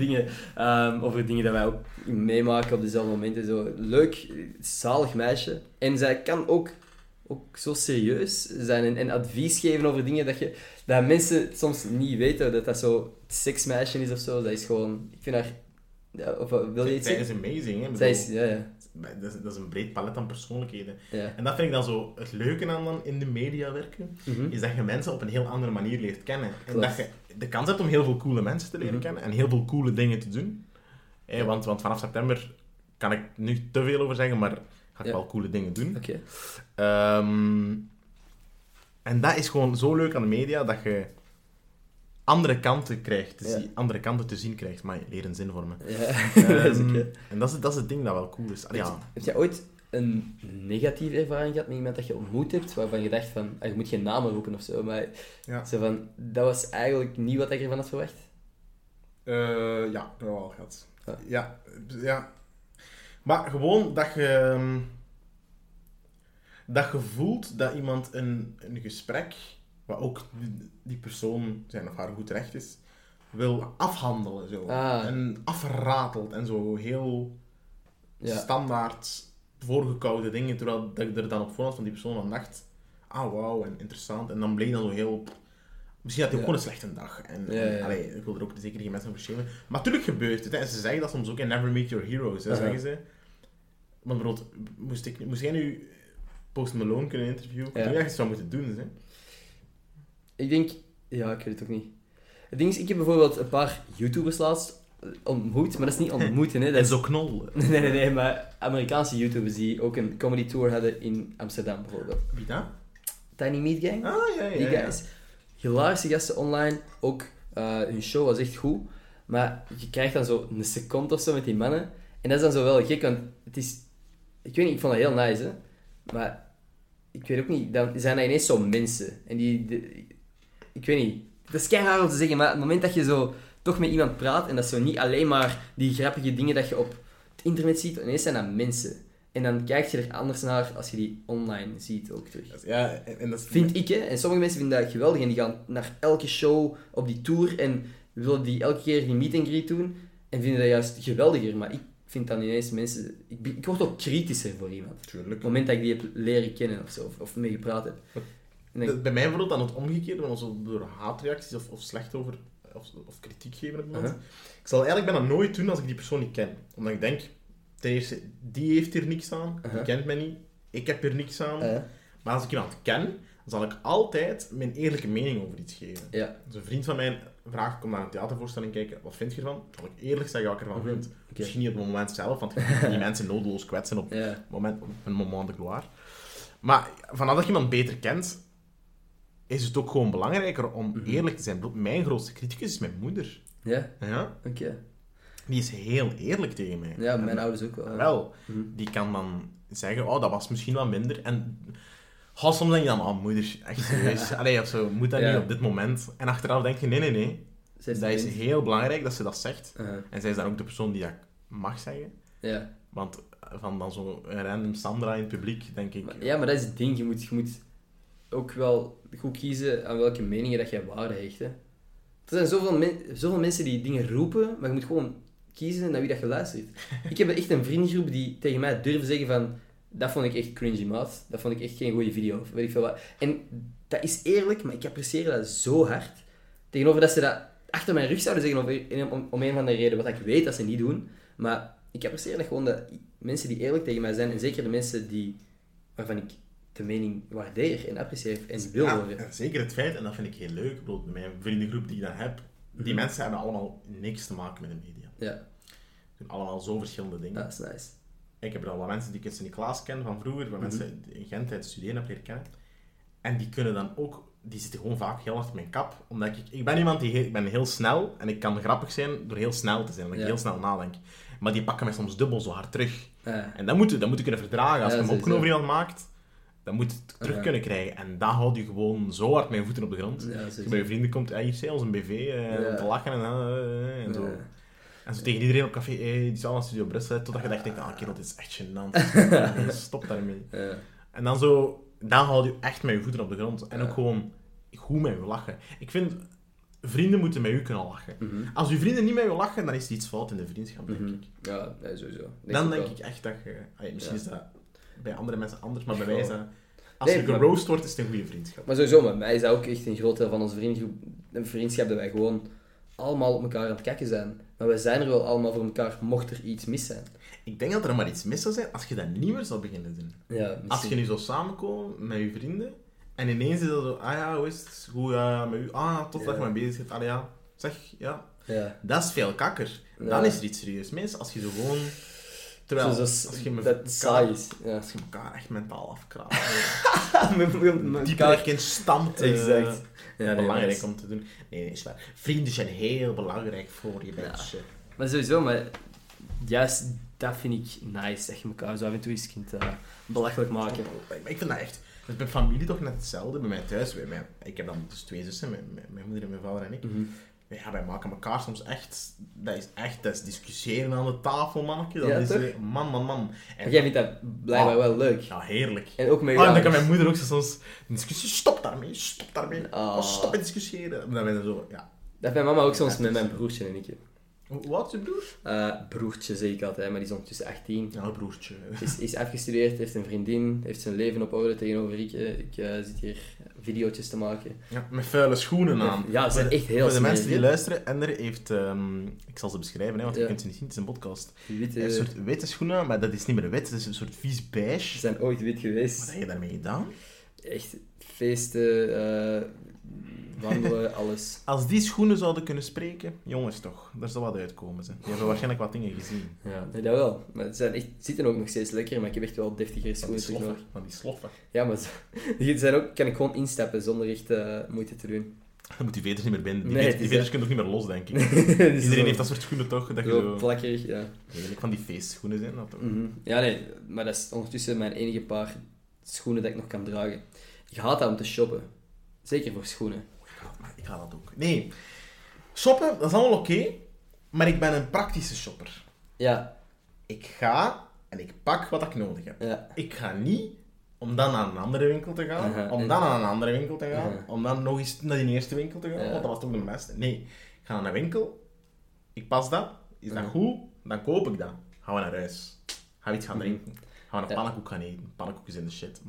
Over dingen dat wij ook meemaken op dezelfde momenten. Zo leuk, zalig meisje. En zij kan ook zo serieus zijn en advies geven over dingen dat mensen soms niet weten. Dat zo het seksmeisje is of zo. Dat is gewoon... Ik vind haar... Ja, of wil je iets Zij zeggen? is amazing, hè? Zij is... Ja. Dat is een breed palet aan persoonlijkheden. Ja. En dat vind ik dan zo het leuke aan dan in de media werken, is dat je mensen op een heel andere manier leert kennen. En dat je de kans hebt om heel veel coole mensen te leren kennen en heel veel coole dingen te doen. Want vanaf september kan ik nu te veel over zeggen, maar ga ik wel coole dingen doen. Okay. En dat is gewoon zo leuk aan de media, dat je andere kanten krijgt, andere kanten te zien krijgt. Maar leren zin vormen. En dat is het ding dat wel cool is. Heb jij ooit een negatieve ervaring gehad met iemand dat je ontmoet hebt, waarvan je dacht van, je moet geen namen roepen of zo, maar zo van, dat was eigenlijk niet wat ik ervan had verwacht? Ja, dat heb ik wel gehad. Ja. Maar gewoon dat je voelt dat iemand een gesprek, wat ook die persoon zijn of haar goed recht is, wil afhandelen. Zo. En afratelt en zo heel standaard voorgekoude dingen, terwijl dat ik er dan op voorhand van die persoon aan dacht, wauw, en interessant. En dan bleek dan zo heel... Misschien had hij ook gewoon een slechte dag. Ik wil er ook zeker geen mensen over shamen. Maar natuurlijk gebeurt het. Hè. En ze zeggen dat soms ook in Never Meet Your Heroes. Hè, zeggen ze. Want bijvoorbeeld, moest jij nu Post Malone kunnen interviewen? Ik denk dat je het zou moeten doen. Hè. Ik denk... Ja, ik weet het ook niet. Het ding is, ik heb bijvoorbeeld een paar YouTubers laatst ontmoet, maar dat is niet ontmoeten. Hè. Dat is zo knol. Nee, maar Amerikaanse YouTubers die ook een comedy tour hadden in Amsterdam, bijvoorbeeld. Wie dat? Tiny Meat Gang. Ja. Die guys. Hilarische gasten online. Ook hun show was echt goed. Maar je krijgt dan zo een seconde of zo met die mannen. En dat is dan zo wel gek, want het is... Ik weet niet, ik vond dat heel nice, hè. Maar ik weet ook niet, dan zijn dat ineens zo mensen. En ik weet niet. Dat is keihard om te zeggen, maar het moment dat je zo toch met iemand praat, en dat is zo niet alleen maar die grappige dingen dat je op het internet ziet, ineens zijn dat mensen. En dan kijk je er anders naar als je die online ziet ook terug. Ja, en dat vind ik, hè. En sommige mensen vinden dat geweldig en die gaan naar elke show op die tour en willen die elke keer die meet and greet doen en vinden dat juist geweldiger. Maar ik vind dan ineens mensen... Ik word ook kritischer voor iemand. Tuurlijk. Op het moment dat ik die heb leren kennen of zo, of mee gepraat heb. Bij mij bijvoorbeeld dan het omgekeerde, want zo door haatreacties of slecht over... Of kritiek geven op iemand. Ik zal eigenlijk bijna nooit doen als ik die persoon niet ken. Omdat ik denk, ten eerste, die heeft hier niks aan, die kent mij niet, ik heb hier niks aan. Maar als ik iemand ken, dan zal ik altijd mijn eerlijke mening over iets geven. Dus een vriend van mij vraagt, kom naar een theatervoorstelling kijken, wat vind je ervan? Dan zal ik eerlijk zeggen wat ik ervan vind. Misschien niet op het moment zelf, want je kan die mensen nodeloos kwetsen op een moment de gloire. Maar vanaf dat je iemand beter kent, is het ook gewoon belangrijker om eerlijk te zijn. Mijn grootste criticus is mijn moeder. Ja? Oké. Die is heel eerlijk tegen mij. Ja, mijn ouders ook wel. Wel, die kan dan zeggen, dat was misschien wat minder. En soms denk je dan, moeder, echt serieus. Allee, of zo, moet dat niet op dit moment? En achteraf denk je, nee. Dat is heel belangrijk dat ze dat zegt. Uh-huh. En zij is dan ook de persoon die dat mag zeggen. Ja. Want van dan zo'n random Sandra in het publiek, denk ik... Maar dat is het ding. Je moet ook wel goed kiezen aan welke meningen dat jij waarde hecht. Hè. Er zijn zoveel mensen die dingen roepen, maar je moet gewoon kiezen naar wie dat je luistert. Ik heb echt een vriendengroep die tegen mij durven zeggen van... Dat vond ik echt cringy, maat. Dat vond ik echt geen goede video. Of weet ik veel wat. En dat is eerlijk, maar ik apprecieer dat zo hard. Tegenover dat ze dat achter mijn rug zouden zeggen om een van de redenen wat ik weet dat ze niet doen. Maar ik apprecieer dat gewoon dat mensen die eerlijk tegen mij zijn, en zeker de mensen waarvan ik de mening waardeer en apprecieer en wil horen. Ja, zeker het feit, en dat vind ik heel leuk, bijvoorbeeld mijn vriendengroep die ik dan heb, die mensen hebben allemaal niks te maken met de media. Ja. Doen allemaal zo verschillende dingen. Dat is nice. Ik heb er al wat mensen die ik in Sint-Niklaas ken van vroeger, wat mensen in Gent tijdens studeren heb leren kennen. En die kunnen dan ook, die zitten gewoon vaak heel achter mijn kap, omdat ik ben iemand die ik ben heel snel, en ik kan grappig zijn door heel snel te zijn, omdat ik heel snel nadenk. Maar die pakken mij soms dubbel zo hard terug. En dat moet je kunnen verdragen. Als je een mopje over iemand maakt, dan moet je het terug kunnen krijgen. En dat houdt je gewoon zo hard met je voeten op de grond. Als je bij je vrienden komt, hier zie onze BV, om te lachen en zo. En zo tegen iedereen op café, die zal naar Studio Brussel, totdat je denkt, kerel, dit is echt gênant. Stop daarmee. En dan zo, dan houd je echt met je voeten op de grond. En ook gewoon goed met je lachen. Ik vind, vrienden moeten met u kunnen lachen. Als uw vrienden niet met je lachen, dan is er iets fout in de vriendschap, denk ik. Ja, sowieso. Dan denk ik echt dat je... misschien is dat bij andere mensen anders, maar bij mij is dat... Als je geroost wordt, is het een goede vriendschap. Maar sowieso, met mij is dat ook echt een groot deel van onze vriendschap. Een vriendschap dat wij gewoon allemaal op elkaar aan het kijken zijn. Maar wij zijn er wel allemaal voor elkaar, mocht er iets mis zijn. Ik denk dat er maar iets mis zou zijn als je dat niet meer zou beginnen doen. Ja, als je nu zou samenkomen met je vrienden, en ineens is dat zo, hoe is het? Goed, met u. Tof dat je mee bezig bent. Zeg, ja. Dat is veel kakker. Dan is er iets serieus mis. Als je zo gewoon... Terwijl, als je dat saai is. Als je elkaar echt mentaal afkraalt. Dieper in stand. Exact. Belangrijk om te doen. Nee, is waar. Vrienden zijn heel belangrijk voor je mensen. Maar sowieso, maar juist dat vind ik nice. Dat je elkaar zo af en toe eens kunt belachelijk maken. Ik vind dat echt... Met mijn familie toch net hetzelfde. Bij mij thuis. Ik heb dan dus 2 zussen, mijn moeder en mijn vader en ik. Wij maken elkaar soms echt... Dat is discussiëren aan de tafel, mannetje. Dat is man. En jij vindt dat blijkbaar wel leuk. Ja, heerlijk. En ook met en dan kan mijn moeder ook soms een discussie... Stop daarmee. Stop met discussiëren. En dan ben je zo... Ja. Dat heeft mijn mama ook soms met mijn broertje en ik. Wat is je broer? Broertje zeg ik altijd, maar die is ondertussen 18. Ja, broertje. Is afgestudeerd, heeft een vriendin, heeft zijn leven op orde tegenover ik. Ik zit hier video's te maken. Ja, met vuile schoenen aan. Ja, ze zijn echt heel voor de mensen die luisteren, Ender heeft... ik zal ze beschrijven, want je kunt ze niet zien, het is een podcast. Een soort witte schoenen, maar dat is niet meer wit, het is een soort vies beige. Ze zijn ooit wit geweest. Wat heb je daarmee gedaan? Echt feesten, wandelen, alles. Als die schoenen zouden kunnen spreken, jongens toch, daar zal wat uitkomen. Die hebben waarschijnlijk wat dingen gezien. Ja, nee, dat wel. Maar ze zitten ook nog steeds lekker, maar ik heb echt wel deftigere schoenen terug. Van die sloffen. Ja, maar die zijn ook, kan ik gewoon instappen zonder echt moeite te doen. Dan moet die veters niet meer binden. Die veters kunnen ook niet meer los, denk ik. Iedereen heeft dat soort schoenen toch? Dat zo plakkerig, ja. Eigenlijk van die feestschoenen zijn dat toch? Ja, nee, maar dat is ondertussen mijn enige paar schoenen dat ik nog kan dragen. Ik haat dat om te shoppen. Zeker voor schoenen. Ik ga dat ook. Nee, shoppen, dat is allemaal oké, maar ik ben een praktische shopper. Ja. Ik ga en ik pak wat ik nodig heb. Ja. Ik ga niet om dan naar een andere winkel te gaan, om dan naar een andere winkel te gaan, om dan nog eens naar die eerste winkel te gaan, want dat was toch de beste. Nee, ik ga naar een winkel, ik pas dat, is dat goed, dan koop ik dat. Gaan we naar huis. Gaan we iets gaan drinken. Gaan we een pannenkoek gaan eten. Pannenkoek is in de shit.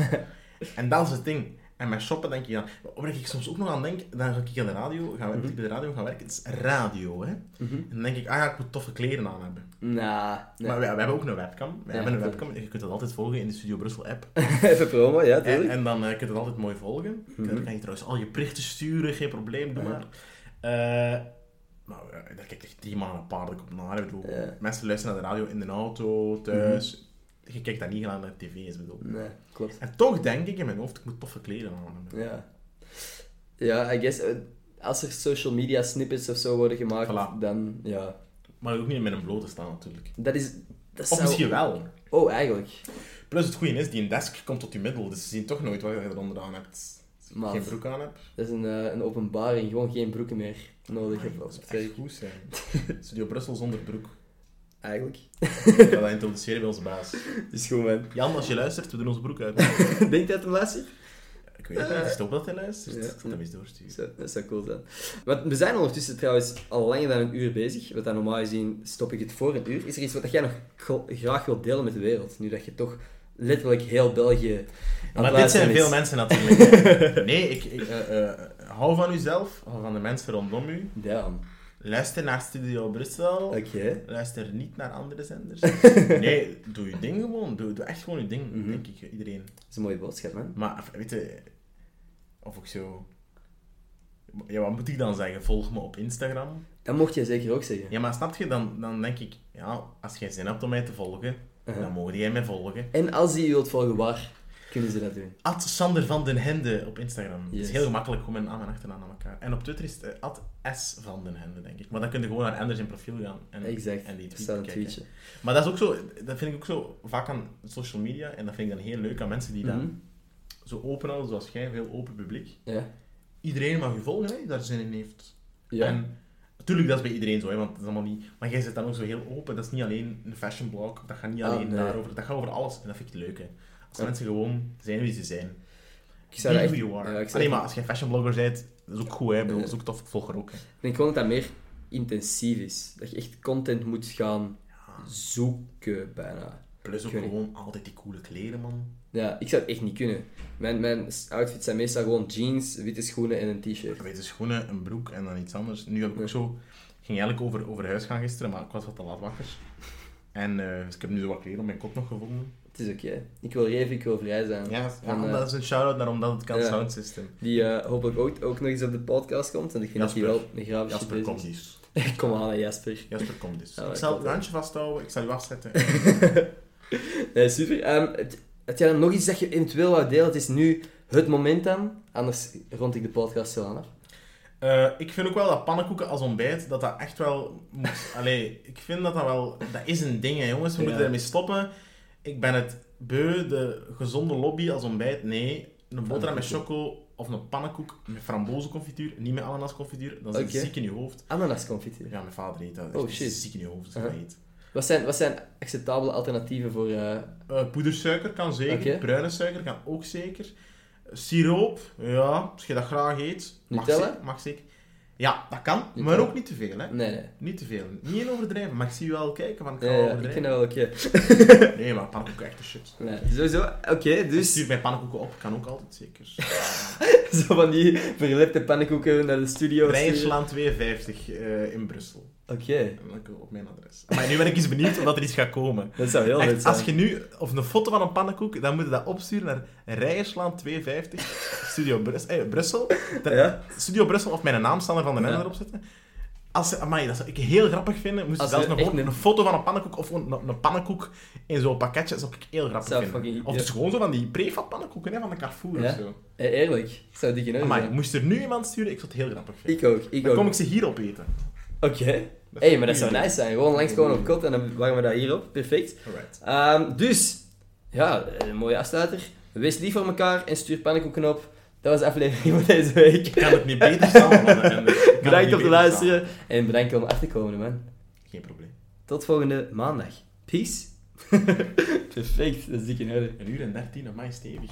En dat is het ding. En met shoppen denk je dan... Waar ik soms ook nog aan denk, dan ga ik aan de radio gaan werken, bij de radio gaan werken. Het is radio, hè. En dan denk ik, ik moet toffe kleren aan hebben. Nee. Maar we hebben ook een webcam. We hebben een webcam. Je kunt dat altijd volgen in de Studio Brussel app. Even promo, ja, tuurlijk. En dan kun je het altijd mooi volgen. Dan kan je trouwens al je berichten sturen, geen probleem, doe maar. Daar kijk ik echt 3 maanden paardelijk op naar. Ik bedoel, mensen luisteren naar de radio in de auto, thuis... Je kijkt dat niet gedaan naar tv is, bedoel. Nee, klopt. En toch denk ik in mijn hoofd, ik moet toffe kleren aan hebben. Ja, I guess, als er social media snippets of zo worden gemaakt, dan, ja. Maar ook niet met een blote staan, natuurlijk. Of misschien wel. Oh, eigenlijk. Plus het goede is, die desk komt tot je middel, dus ze zien toch nooit wat je eronder aan hebt. Maat, geen broek aan heb. dat is een openbaring. Gewoon geen broeken meer nodig heb. Dat zou echt goed zijn. Studio Brussel zonder broek. Eigenlijk. Ik ga dat introduceren bij onze baas. Is goed, man. Jan, als je luistert, we doen onze broek uit. Denk je dat hem luistert? Ik weet het niet, het is toch dat hij luistert. Ja. Ik zal hem eens doorsturen. Dat zou cool zijn. Want we zijn ondertussen trouwens al langer dan een uur bezig. Wat dan normaal gezien stop ik het voor een uur. Is er iets wat jij nog graag wilt delen met de wereld? Nu dat je toch letterlijk heel België aan het Maar dit zijn luisteren veel is. mensen natuurlijk. Nee, ik hou van uzelf, hou van de mensen rondom u. Ja. Luister naar Studio Brussel. Oké. Luister niet naar andere zenders. Nee, doe je ding gewoon. Doe echt gewoon je ding, denk ik, iedereen. Dat is een mooie boodschap, man. Maar, weet je... Of ik zo... Ja, wat moet ik dan zeggen? Volg me op Instagram. Dat mocht jij zeker ook zeggen. Ja, maar snap je? Dan denk ik... Ja, als jij zin hebt om mij te volgen, dan mogen jij mij volgen. En als die je wilt volgen, waar kunnen ze dat doen? @Sander van den Hende op Instagram. Het Yes. is heel gemakkelijk, gewoon mijn naam en achternaam aan elkaar. En op Twitter is het @S van den Hende, denk ik. Maar dan kun je gewoon naar Anders in profiel gaan en Exact. die Er tweet staat een bekijken. tweetje. Maar dat is ook zo, dat vind ik ook zo vaak aan social media. En dat vind ik dan heel leuk aan mensen die dan zo open houden, zoals jij, heel open publiek. Ja. Iedereen mag je volgen, hè, die daar zin in heeft. Ja. En natuurlijk, dat is bij iedereen zo, hè, want het is allemaal niet... Maar jij zit dan ook zo heel open. Dat is niet alleen een fashion blog, dat gaat niet alleen nee. daarover. Dat gaat over alles. En dat vind ik leuk, hè. Als mensen gewoon zijn wie ze zijn. Ik zou Be dat who echt... you are. Ja, ik zou Alleen dat- maar als je een fashion blogger bent, dat is ook goed, hè. Ik bedoel, dat is ook tof, ik volg er ook, hè. Ik denk gewoon dat dat meer intensief is. Dat je echt content moet gaan zoeken, bijna. Plus ook Ik weet niet. gewoon altijd die coole kleren, man. Ja, ik zou het echt niet kunnen. Mijn outfits zijn meestal gewoon jeans, witte schoenen en een t-shirt. Witte schoenen, een broek en dan iets anders. Nu heb ik ook zo... Ik ging eigenlijk over huis gaan gisteren, maar ik was wat te laat wakker. En dus ik heb nu zo wat kleren op mijn kop nog gevonden. Het is oké. Ik wil reven, ik wil vrij zijn. Ja, En, dat is een shout-out naar Omdat Het Kan ja. Sound System. Die hopelijk ook nog eens op de podcast komt. En ik vind dat hij wel een grafische Jasper, bezig kom is. eens. Kom aan, hè, Jasper. Jasper, kom eens. Ja, Ik dat zal komt het wel. handje vasthouden, ik zal u afzetten. Nee, super. Had jij dan nog iets dat je eventueel wou delen? Het is nu het moment dan. Anders rond ik de podcast zo aan af. Ik vind ook wel dat pannenkoeken als ontbijt, dat echt wel moet... Allee, ik vind dat wel... Dat is een ding, hè, jongens. We moeten ermee stoppen. Ik ben het beu, de gezonde lobby als ontbijt. Nee, een boterham met choco of een pannenkoek met frambozenconfituur, niet met ananasconfituur. Dan zit je Oké. ziek in je hoofd. Ananasconfituur. Ja, mijn vader eet dat. Oh, Echt shit. ziek in je hoofd als je dat eet. Wat zijn acceptabele alternatieven voor... Poedersuiker kan zeker. Oké. Bruine suiker kan ook zeker. Siroop, ja, als je dat graag eet. Nutella? Mag zeker. Ja, dat kan, Nutella. maar ook niet te veel, hè. Nee. Niet te veel. Niet in overdrijven, maar ik zie je wel kijken van ik ga Ja, wel ik vind overdrijven. dat wel oké. Nee, maar pannenkoeken echt de shit. Nee, sowieso. Oké, dus... Stuur mij pannenkoeken op, kan ook altijd zeker. Zo van die verlepte pannenkoeken naar de studio sturen. Rijnslaan 52 in Brussel. Oké, En dan op mijn adres. Maar nu ben ik eens benieuwd of dat er iets gaat komen. dat zou heel leuk Echt, zijn. als je nu, of een foto van een pannenkoek, dan moet je dat opsturen naar Rijerslaan 52, Studio Brussel. Ja? Studio Brussel of mijn naam staan er van de Ja. erop zetten. Amai, dat zou ik heel grappig vinden. Moest je Als zelfs er nog echt gewoon een foto van een pannenkoek of gewoon een pannenkoek in zo'n pakketje, zou ik heel grappig Zou vinden. fucking- Of ja. het is gewoon zo van die prefab pannenkoeken hè, van de Carrefour Ja. of zo. Eerlijk, ik zou die genoeg Amai, zijn. moest er nu iemand sturen, ik zou het heel grappig vinden. Ik ook, ik Dan ook. kom ik ze hier opeten. Oké. Dat Hé, is maar dat een zou goeie nice zijn. Gewoon langskomen op kot en dan warmen we dat hier op. Perfect. Alright. Dus, ja, een mooie afsluiter. Wees lief voor elkaar en stuur pannenkoeken op. Dat was de aflevering van deze week. Ik kan het niet beter samenvatten. Bedankt om te luisteren en bedankt om af te komen, man. Geen probleem. Tot volgende maandag. Peace. Perfect, dat is dik in orde. 1 uur en 13, amai, stevig.